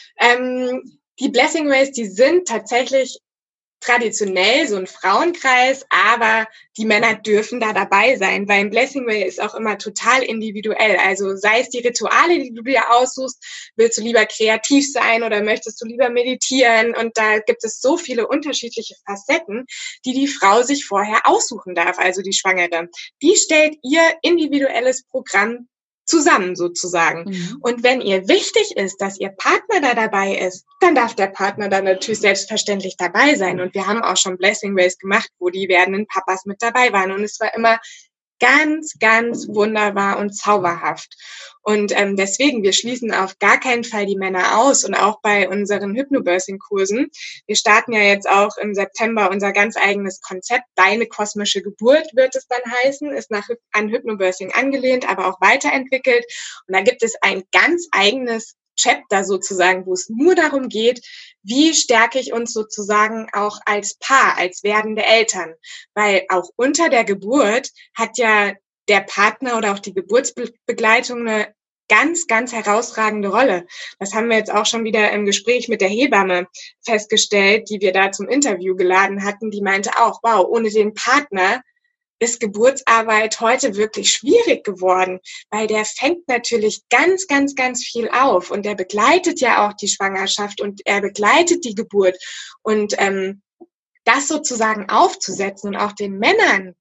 Ähm, die Blessing Ways, die sind tatsächlich traditionell so ein Frauenkreis, aber die Männer dürfen da dabei sein, weil ein Blessing Way ist auch immer total individuell. Also sei es die Rituale, die du dir aussuchst, willst du lieber kreativ sein oder möchtest du lieber meditieren? Und da gibt es so viele unterschiedliche Facetten, die die Frau sich vorher aussuchen darf, also die Schwangere. Die stellt ihr individuelles Programm zusammen sozusagen. Mhm. Und wenn ihr wichtig ist, dass ihr Partner da dabei ist, dann darf der Partner da natürlich selbstverständlich dabei sein. Und wir haben auch schon Blessing Ways gemacht, wo die werdenden Papas mit dabei waren. Und es war immer ganz, ganz wunderbar und zauberhaft. Und ähm, deswegen, wir schließen auf gar keinen Fall die Männer aus und auch bei unseren Hypnobirthing-Kursen. Wir starten ja jetzt auch im September unser ganz eigenes Konzept. Deine kosmische Geburt wird es dann heißen, ist nach, an Hypnobirthing angelehnt, aber auch weiterentwickelt. Und da gibt es ein ganz eigenes Chapter sozusagen, wo es nur darum geht, wie stärke ich uns sozusagen auch als Paar, als werdende Eltern. Weil auch unter der Geburt hat ja der Partner oder auch die Geburtsbegleitung eine ganz, ganz herausragende Rolle. Das haben wir jetzt auch schon wieder im Gespräch mit der Hebamme festgestellt, die wir da zum Interview geladen hatten. Die meinte auch, wow, ohne den Partner ist Geburtsarbeit heute wirklich schwierig geworden, weil der fängt natürlich ganz, ganz, ganz viel auf und der begleitet ja auch die Schwangerschaft und er begleitet die Geburt. Und ähm, das sozusagen aufzusetzen und auch den Männern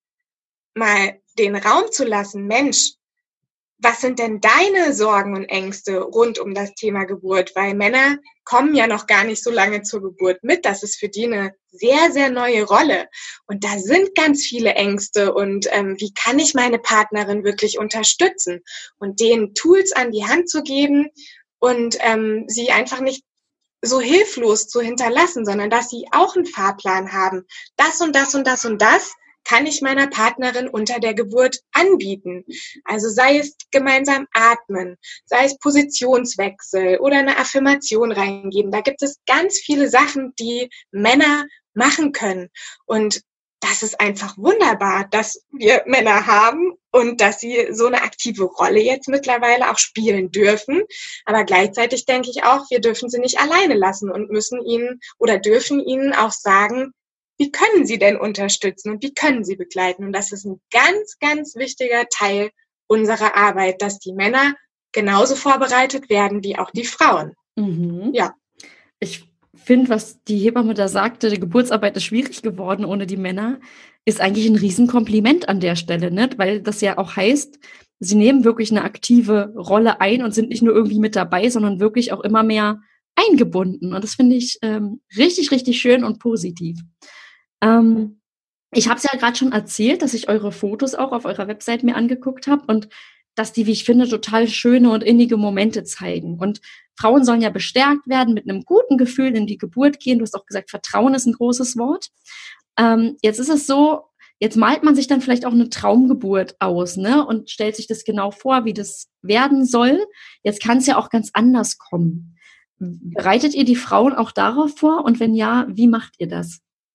mal den Raum zu lassen, Mensch, was sind denn deine Sorgen und Ängste rund um das Thema Geburt? Weil Männer kommen ja noch gar nicht so lange zur Geburt mit. Das ist für die eine sehr, sehr neue Rolle. Und da sind ganz viele Ängste. Und ähm, wie kann ich meine Partnerin wirklich unterstützen? Und denen Tools an die Hand zu geben und ähm, sie einfach nicht so hilflos zu hinterlassen, sondern dass sie auch einen Fahrplan haben. Das und das und das und das kann ich meiner Partnerin unter der Geburt anbieten? Also sei es gemeinsam atmen, sei es Positionswechsel oder eine Affirmation reingeben. Da gibt es ganz viele Sachen, die Männer machen können. Und das ist einfach wunderbar, dass wir Männer haben und dass sie so eine aktive Rolle jetzt mittlerweile auch spielen dürfen. Aber gleichzeitig denke ich auch, wir dürfen sie nicht alleine lassen und müssen ihnen oder dürfen ihnen auch sagen, wie können sie denn unterstützen und wie können sie begleiten? Und das ist ein ganz, ganz wichtiger Teil unserer Arbeit, dass die Männer genauso vorbereitet werden wie auch die Frauen. Mhm. Ja. Ich finde, was die Hebamme da sagte, die Geburtsarbeit ist schwierig geworden ohne die Männer, ist eigentlich ein Riesenkompliment an der Stelle, ne? Weil das ja auch heißt, sie nehmen wirklich eine aktive Rolle ein und sind nicht nur irgendwie mit dabei, sondern wirklich auch immer mehr eingebunden. Und das finde ich ähm, richtig, richtig schön und positiv. Ähm, ich habe es ja gerade schon erzählt, dass ich eure Fotos auch auf eurer Website mir angeguckt habe und dass die, wie ich finde, total schöne und innige Momente zeigen. Und Frauen sollen ja bestärkt werden, mit einem guten Gefühl in die Geburt gehen. Du hast auch gesagt, Vertrauen ist ein großes Wort. Ähm, jetzt ist es so, jetzt malt man sich dann vielleicht auch eine Traumgeburt aus, ne, und stellt sich das genau vor, wie das werden soll. Jetzt kann es ja auch ganz anders kommen. Bereitet ihr die Frauen auch darauf vor? Und wenn ja, wie macht ihr das?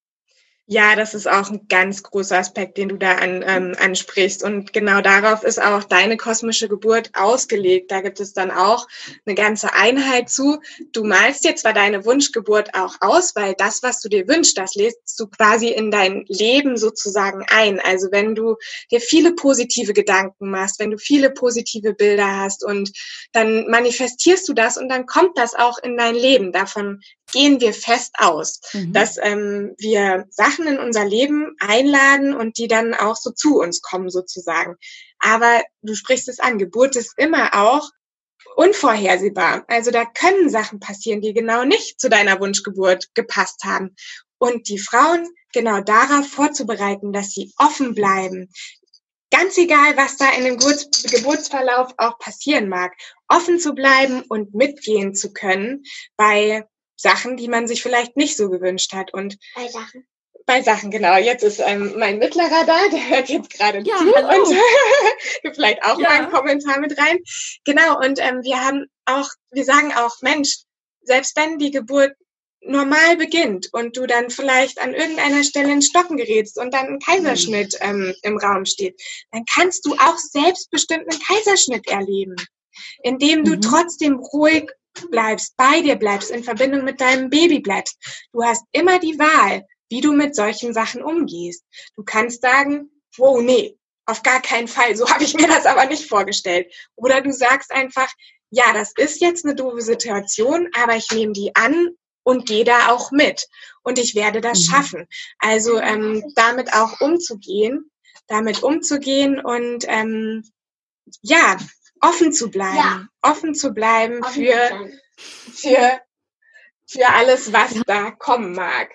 Ja, das ist auch ein ganz großer Aspekt, den du da an, ähm, ansprichst. Und genau darauf ist auch deine kosmische Geburt ausgelegt. Da gibt es dann auch eine ganze Einheit zu. Du malst dir zwar deine Wunschgeburt auch aus, weil das, was du dir wünschst, das lässt du quasi in dein Leben sozusagen ein. Also wenn du dir viele positive Gedanken machst, wenn du viele positive Bilder hast und dann manifestierst du das und dann kommt das auch in dein Leben. Davon gehen wir fest aus, mhm. dass ähm, wir Sachen in unser Leben einladen und die dann auch so zu uns kommen sozusagen. Aber du sprichst es an, Geburt ist immer auch unvorhersehbar. Also da können Sachen passieren, die genau nicht zu deiner Wunschgeburt gepasst haben. Und die Frauen genau darauf vorzubereiten, dass sie offen bleiben. Ganz egal, was da in dem Geburtsverlauf auch passieren mag, offen zu bleiben und mitgehen zu können bei Sachen, die man sich vielleicht nicht so gewünscht hat. Und bei Sachen. Bei Sachen, genau. Jetzt ist ähm, mein Mittlerer da, der hört jetzt gerade ja, zu hallo. und gibt vielleicht auch ja. mal einen Kommentar mit rein. Genau, und ähm, wir haben auch, wir sagen auch, Mensch, selbst wenn die Geburt normal beginnt und du dann vielleicht an irgendeiner Stelle in Stocken gerätst und dann ein Kaiserschnitt ähm, im Raum steht, dann kannst du auch selbstbestimmt einen Kaiserschnitt erleben, indem du mhm. trotzdem ruhig bleibst, bei dir bleibst, in Verbindung mit deinem Baby bleibst. Du hast immer die Wahl, wie du mit solchen Sachen umgehst. Du kannst sagen, wow, nee, auf gar keinen Fall, so habe ich mir das aber nicht vorgestellt. Oder du sagst einfach, ja, das ist jetzt eine doofe Situation, aber ich nehme die an und gehe da auch mit. Und ich werde das mhm. schaffen. Also ähm, damit auch umzugehen, damit umzugehen und ähm, ja, offen zu bleiben, ja. offen zu bleiben offen für, für, für alles, was ja. da kommen mag.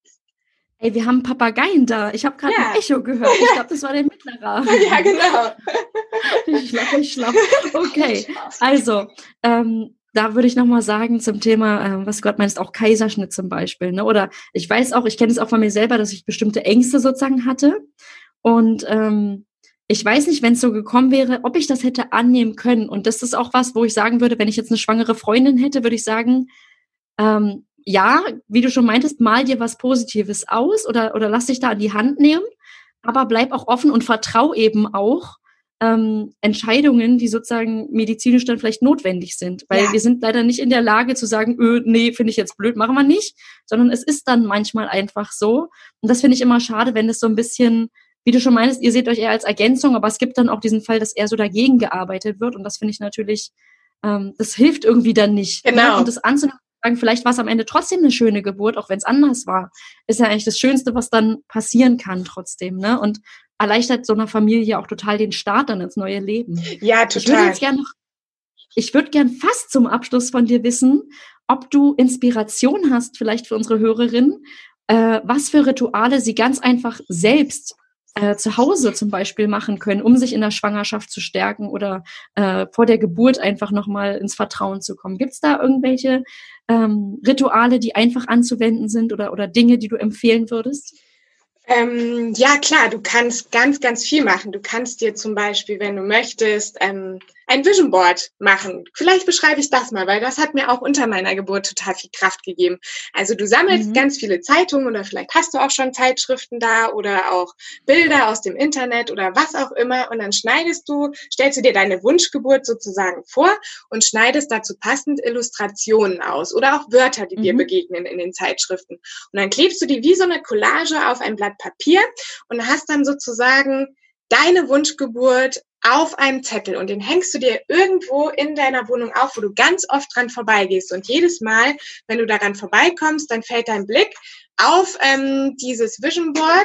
Ey, wir haben Papageien da. Ich habe gerade ja. ein Echo gehört. Ich glaube, das war der Mittlerer. Ja, genau. Ich schlau, ich schlau. Okay, also, ähm, da würde ich nochmal sagen zum Thema, ähm, was du gerade meinst, auch Kaiserschnitt zum Beispiel. Ne? Oder ich weiß auch, ich kenne es auch von mir selber, dass ich bestimmte Ängste sozusagen hatte. Und ähm, ich weiß nicht, wenn es so gekommen wäre, ob ich das hätte annehmen können. Und das ist auch was, wo ich sagen würde, wenn ich jetzt eine schwangere Freundin hätte, würde ich sagen, ähm, ja, wie du schon meintest, mal dir was Positives aus oder, oder lass dich da an die Hand nehmen, aber bleib auch offen und vertrau eben auch ähm, Entscheidungen, die sozusagen medizinisch dann vielleicht notwendig sind. Weil ja. wir sind leider nicht in der Lage zu sagen, öh, nee, finde ich jetzt blöd, machen wir nicht, sondern es ist dann manchmal einfach so. Und das finde ich immer schade, wenn das so ein bisschen, wie du schon meinst, ihr seht euch eher als Ergänzung, aber es gibt dann auch diesen Fall, dass eher so dagegen gearbeitet wird und das finde ich natürlich, ähm, das hilft irgendwie dann nicht. Genau. Ne? Und das anzunehmen, sagen, vielleicht war es am Ende trotzdem eine schöne Geburt, auch wenn es anders war, ist ja eigentlich das Schönste, was dann passieren kann trotzdem, ne? Und erleichtert so einer Familie auch total den Start dann ins neue Leben. Ja, total. Ich würde jetzt gern noch, ich würde gern fast zum Abschluss von dir wissen, ob du Inspiration hast, vielleicht für unsere Hörerinnen, äh, was für Rituale sie ganz einfach selbst äh, zu Hause zum Beispiel machen können, um sich in der Schwangerschaft zu stärken oder äh, vor der Geburt einfach nochmal ins Vertrauen zu kommen. Gibt es da irgendwelche ähm, Rituale, die einfach anzuwenden sind oder, oder Dinge, die du empfehlen würdest? Ähm, ja, klar, du kannst ganz, ganz viel machen. Du kannst dir zum Beispiel, wenn du möchtest, ähm, ein Vision Board machen. Vielleicht beschreibe ich das mal, weil das hat mir auch unter meiner Geburt total viel Kraft gegeben. Also du sammelst mhm. ganz viele Zeitungen oder vielleicht hast du auch schon Zeitschriften da oder auch Bilder aus dem Internet oder was auch immer und dann schneidest du, stellst du dir deine Wunschgeburt sozusagen vor und schneidest dazu passend Illustrationen aus oder auch Wörter, die mhm. dir begegnen in den Zeitschriften. Und dann klebst du die wie so eine Collage auf ein Blatt Papier und hast dann sozusagen deine Wunschgeburt auf einem Zettel und den hängst du dir irgendwo in deiner Wohnung auf, wo du ganz oft dran vorbeigehst. Und jedes Mal, wenn du daran vorbeikommst, dann fällt dein Blick auf ähm, dieses Vision Board.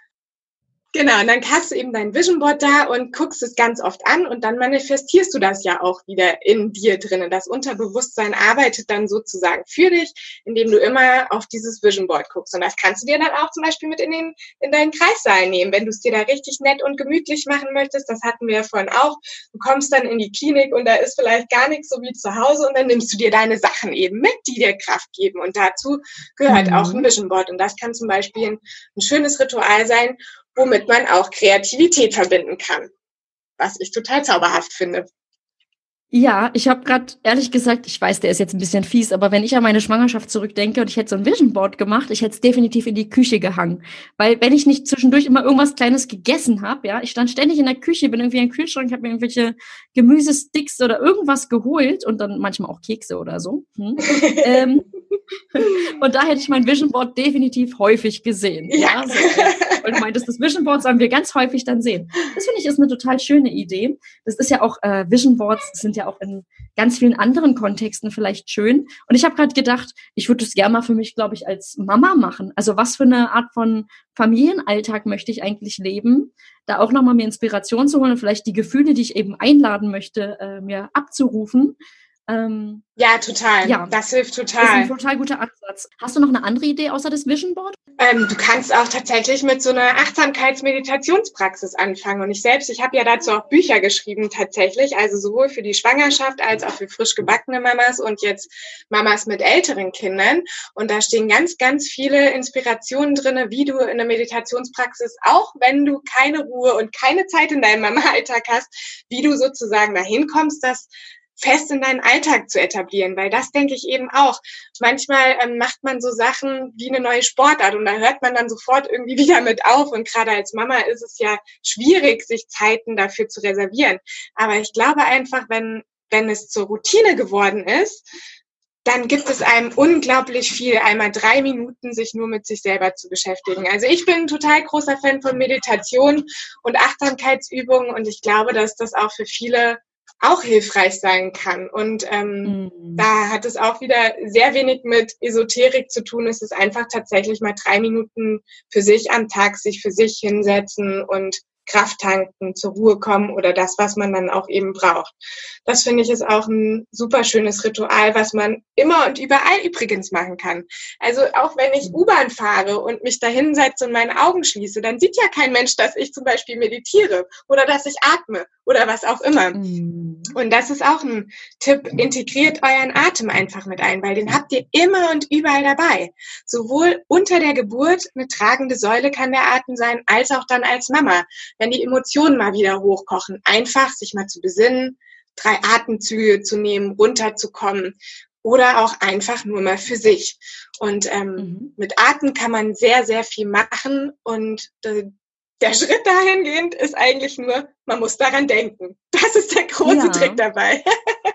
Genau, und dann hast du eben dein Vision Board da und guckst es ganz oft an und dann manifestierst du das ja auch wieder in dir drinnen. Das Unterbewusstsein arbeitet dann sozusagen für dich, indem du immer auf dieses Vision Board guckst. Und das kannst du dir dann auch zum Beispiel mit in den in deinen Kreissaal nehmen, wenn du es dir da richtig nett und gemütlich machen möchtest. Das hatten wir ja vorhin auch. Du kommst dann in die Klinik und da ist vielleicht gar nichts so wie zu Hause und dann nimmst du dir deine Sachen eben mit, die dir Kraft geben. Und dazu gehört mhm. auch ein Vision Board. Und das kann zum Beispiel ein, ein schönes Ritual sein, womit man auch Kreativität verbinden kann, was ich total zauberhaft finde. Ja, ich habe gerade ehrlich gesagt, ich weiß, der ist jetzt ein bisschen fies, aber wenn ich an meine Schwangerschaft zurückdenke und ich hätte so ein Vision Board gemacht, ich hätte es definitiv in die Küche gehangen. Weil wenn ich nicht zwischendurch immer irgendwas Kleines gegessen habe, ja, ich stand ständig in der Küche, bin irgendwie in den Kühlschrank, habe mir irgendwelche Gemüsesticks oder irgendwas geholt und dann manchmal auch Kekse oder so. Hm. ähm, und da hätte ich mein Vision Board definitiv häufig gesehen. Ja, so, weil du meintest, das Vision Board sollen wir ganz häufig dann sehen. Das finde ich ist eine total schöne Idee. Das ist ja auch, äh, Vision Boards sind ja auch in ganz vielen anderen Kontexten vielleicht schön. Und ich habe gerade gedacht, ich würde das gerne mal für mich, glaube ich, als Mama machen. Also was für eine Art von Familienalltag möchte ich eigentlich leben? Da auch nochmal mir Inspiration zu holen und vielleicht die Gefühle, die ich eben einladen möchte, äh, mir abzurufen. Ähm, ja, total. Ja, das hilft total. Das ist ein total guter Ansatz. Hast du noch eine andere Idee außer das Vision Board? Ähm, du kannst auch tatsächlich mit so einer Achtsamkeitsmeditationspraxis anfangen. Und ich selbst, ich habe ja dazu auch Bücher geschrieben tatsächlich, also sowohl für die Schwangerschaft als auch für frisch gebackene Mamas und jetzt Mamas mit älteren Kindern. Und da stehen ganz, ganz viele Inspirationen drin, wie du in der Meditationspraxis, auch wenn du keine Ruhe und keine Zeit in deinem Mama-Alltag hast, wie du sozusagen dahin kommst, dass fest in deinen Alltag zu etablieren, weil das denke ich eben auch. Manchmal ähm, macht man so Sachen wie eine neue Sportart und da hört man dann sofort irgendwie wieder mit auf und gerade als Mama ist es ja schwierig, sich Zeiten dafür zu reservieren. Aber ich glaube einfach, wenn, wenn es zur Routine geworden ist, dann gibt es einem unglaublich viel, einmal drei Minuten sich nur mit sich selber zu beschäftigen. Also ich bin ein total großer Fan von Meditation und Achtsamkeitsübungen und ich glaube, dass das auch für viele auch hilfreich sein kann. Und ähm, mm. da hat es auch wieder sehr wenig mit Esoterik zu tun. Es ist einfach tatsächlich mal drei Minuten für sich am Tag sich für sich hinsetzen und Kraft tanken, zur Ruhe kommen oder das, was man dann auch eben braucht. Das finde ich ist auch ein super schönes Ritual, was man immer und überall übrigens machen kann. Also auch wenn ich U-Bahn fahre und mich da hinsetze und meine Augen schließe, dann sieht ja kein Mensch, dass ich zum Beispiel meditiere oder dass ich atme oder was auch immer. Mhm. Und das ist auch ein Tipp, integriert euren Atem einfach mit ein, weil den habt ihr immer und überall dabei. Sowohl unter der Geburt, eine tragende Säule kann der Atem sein, als auch dann als Mama. Wenn die Emotionen mal wieder hochkochen, einfach sich mal zu besinnen, drei Atemzüge zu nehmen, runterzukommen oder auch einfach nur mal für sich. Und ähm, mhm. mit Atem kann man sehr, sehr viel machen und äh, der Schritt dahingehend ist eigentlich nur, man muss daran denken. Das ist der große ja. Trick dabei.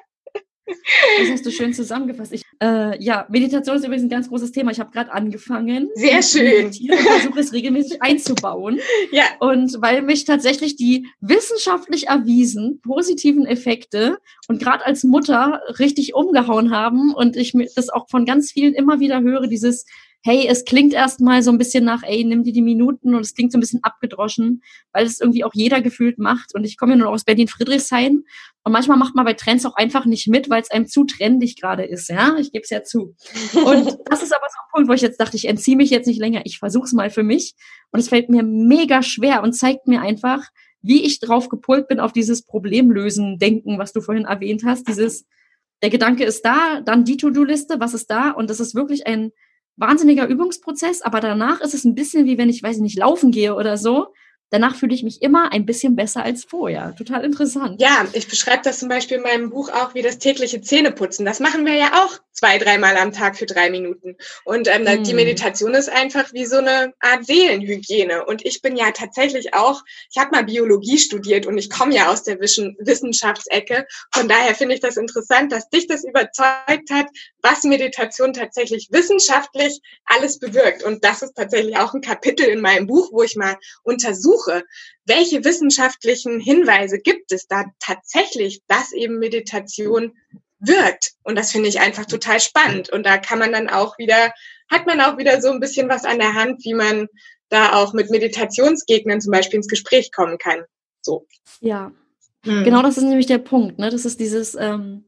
Das hast du schön zusammengefasst. Ich, äh, ja, Meditation ist übrigens ein ganz großes Thema. Ich habe gerade angefangen. Sehr schön. Ich versuche es regelmäßig einzubauen. Ja. Und weil mich tatsächlich die wissenschaftlich erwiesen positiven Effekte und gerade als Mutter richtig umgehauen haben und ich mir das auch von ganz vielen immer wieder höre, dieses hey, es klingt erstmal so ein bisschen nach, ey, nimm dir die Minuten und es klingt so ein bisschen abgedroschen, weil es irgendwie auch jeder gefühlt macht. Und ich komme ja nur aus Berlin-Friedrichshain und manchmal macht man bei Trends auch einfach nicht mit, weil es einem zu trendig gerade ist, ja, ich gebe es ja zu. Und das ist aber so ein Punkt, wo ich jetzt dachte, ich entziehe mich jetzt nicht länger, ich versuche es mal für mich und es fällt mir mega schwer und zeigt mir einfach, wie ich drauf gepolt bin auf dieses Problemlösen-Denken, was du vorhin erwähnt hast, dieses, der Gedanke ist da, dann die To-Do-Liste, was ist da und das ist wirklich ein wahnsinniger Übungsprozess, aber danach ist es ein bisschen wie wenn ich, weiß ich nicht, laufen gehe oder so. Danach fühle ich mich immer ein bisschen besser als vorher. Total interessant. Ja, ich beschreibe das zum Beispiel in meinem Buch auch wie das tägliche Zähneputzen. Das machen wir ja auch zwei, dreimal am Tag für drei Minuten. Und ähm, hm. die Meditation ist einfach wie so eine Art Seelenhygiene. Und ich bin ja tatsächlich auch, ich habe mal Biologie studiert und ich komme ja aus der Wissenschaftsecke. Von daher finde ich das interessant, dass dich das überzeugt hat, was Meditation tatsächlich wissenschaftlich alles bewirkt. Und das ist tatsächlich auch ein Kapitel in meinem Buch, wo ich mal untersuche, welche wissenschaftlichen Hinweise gibt es da tatsächlich, dass eben Meditation wirkt. Und das finde ich einfach total spannend. Und da kann man dann auch wieder, hat man auch wieder so ein bisschen was an der Hand, wie man da auch mit Meditationsgegnern zum Beispiel ins Gespräch kommen kann. So. Ja, hm. Genau, das ist nämlich der Punkt, ne? Das ist dieses, ähm,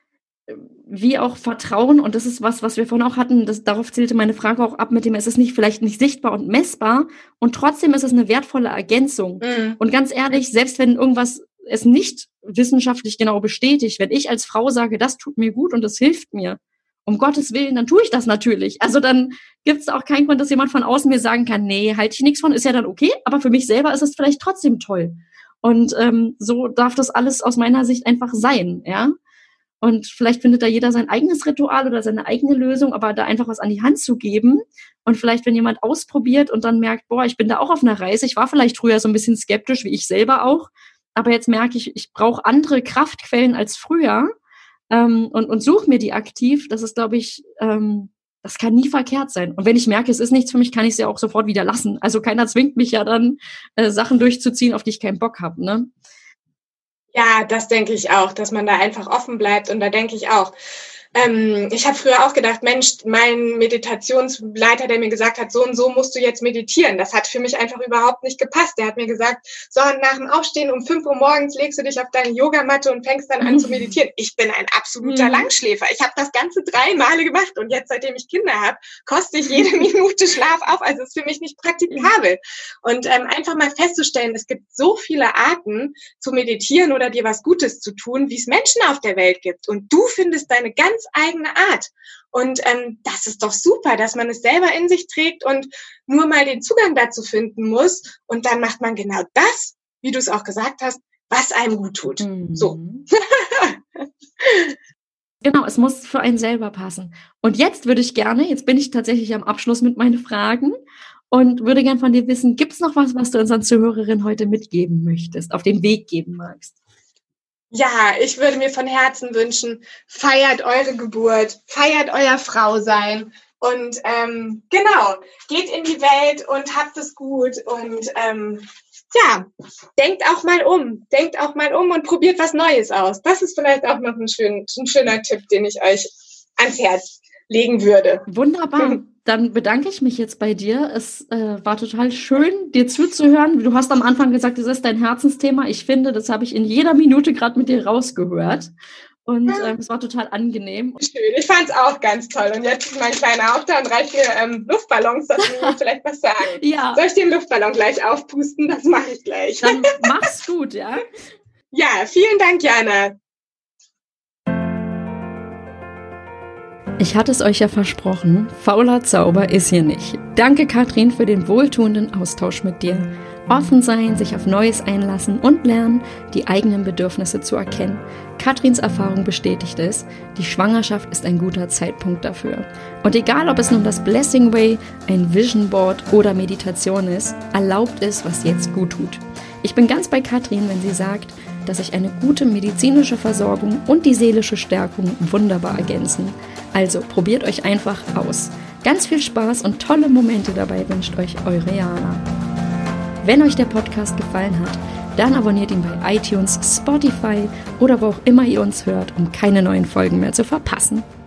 wie auch Vertrauen, und das ist was, was wir vorhin auch hatten, das, darauf zielte meine Frage auch ab mit dem, es ist nicht vielleicht nicht sichtbar und messbar und trotzdem ist es eine wertvolle Ergänzung. Mhm. Und ganz ehrlich, selbst wenn irgendwas es nicht wissenschaftlich genau bestätigt, wenn ich als Frau sage, das tut mir gut und das hilft mir, um Gottes Willen, dann tue ich das natürlich. Also dann gibt es auch keinen Grund, dass jemand von außen mir sagen kann, nee, halte ich nichts von, ist ja dann okay, aber für mich selber ist es vielleicht trotzdem toll. Und ähm, so darf das alles aus meiner Sicht einfach sein, ja. Und vielleicht findet da jeder sein eigenes Ritual oder seine eigene Lösung, aber da einfach was an die Hand zu geben und vielleicht, wenn jemand ausprobiert und dann merkt, boah, ich bin da auch auf einer Reise, ich war vielleicht früher so ein bisschen skeptisch, wie ich selber auch, aber jetzt merke ich, ich brauche andere Kraftquellen als früher ähm, und, und suche mir die aktiv, das ist, glaube ich, ähm, das kann nie verkehrt sein. Und wenn ich merke, es ist nichts für mich, kann ich es ja auch sofort wieder lassen. Also keiner zwingt mich ja dann, äh, Sachen durchzuziehen, auf die ich keinen Bock habe, ne? Ja, das denke ich auch, dass man da einfach offen bleibt. Und da denke ich auch, ähm, ich habe früher auch gedacht, Mensch, mein Meditationsleiter, der mir gesagt hat, so und so musst du jetzt meditieren, das hat für mich einfach überhaupt nicht gepasst. Der hat mir gesagt, so nach dem Aufstehen um fünf Uhr morgens legst du dich auf deine Yogamatte und fängst dann an zu meditieren. Ich bin ein absoluter Langschläfer. Ich habe das Ganze drei Male gemacht und jetzt, seitdem ich Kinder habe, koste ich jede Minute Schlaf auf. Also es ist für mich nicht praktikabel. Und ähm, einfach mal festzustellen, es gibt so viele Arten zu meditieren oder dir was Gutes zu tun, wie es Menschen auf der Welt gibt. Und du findest deine ganz eigene Art. Und ähm, das ist doch super, dass man es selber in sich trägt und nur mal den Zugang dazu finden muss. Und dann macht man genau das, wie du es auch gesagt hast, was einem gut tut. Mhm. So. Genau, es muss für einen selber passen. Und jetzt würde ich gerne, jetzt bin ich tatsächlich am Abschluss mit meinen Fragen und würde gerne von dir wissen, gibt es noch was, was du unseren Zuhörerinnen heute mitgeben möchtest, auf den Weg geben magst? Ja, ich würde mir von Herzen wünschen, feiert eure Geburt, feiert euer Frausein und ähm, genau, geht in die Welt und habt es gut und ähm, ja, denkt auch mal um, denkt auch mal um und probiert was Neues aus. Das ist vielleicht auch noch ein, schön, ein schöner Tipp, den ich euch ans Herz legen würde. Wunderbar. Dann bedanke ich mich jetzt bei dir. Es äh, war total schön, dir zuzuhören. Du hast am Anfang gesagt, es ist dein Herzensthema. Ich finde, das habe ich in jeder Minute gerade mit dir rausgehört. Und äh, es war total angenehm. Schön, ich fand es auch ganz toll. Und jetzt ist mein Kleiner auch da und reicht mir ähm, Luftballons, dass du mir vielleicht was sagen. Ja. Soll ich den Luftballon gleich aufpusten? Das mache ich gleich. Dann mach's gut, ja? Ja, vielen Dank, Jana. Ich hatte es euch ja versprochen, fauler Zauber ist hier nicht. Danke, Katrin, für den wohltuenden Austausch mit dir. Offen sein, sich auf Neues einlassen und lernen, die eigenen Bedürfnisse zu erkennen. Katrins Erfahrung bestätigt es, die Schwangerschaft ist ein guter Zeitpunkt dafür. Und egal, ob es nun das Blessing Way, ein Vision Board oder Meditation ist, erlaubt es, was jetzt gut tut. Ich bin ganz bei Katrin, wenn sie sagt, dass sich eine gute medizinische Versorgung und die seelische Stärkung wunderbar ergänzen. Also probiert euch einfach aus. Ganz viel Spaß und tolle Momente dabei wünscht euch eure Jana. Wenn euch der Podcast gefallen hat, dann abonniert ihn bei iTunes, Spotify oder wo auch immer ihr uns hört, um keine neuen Folgen mehr zu verpassen.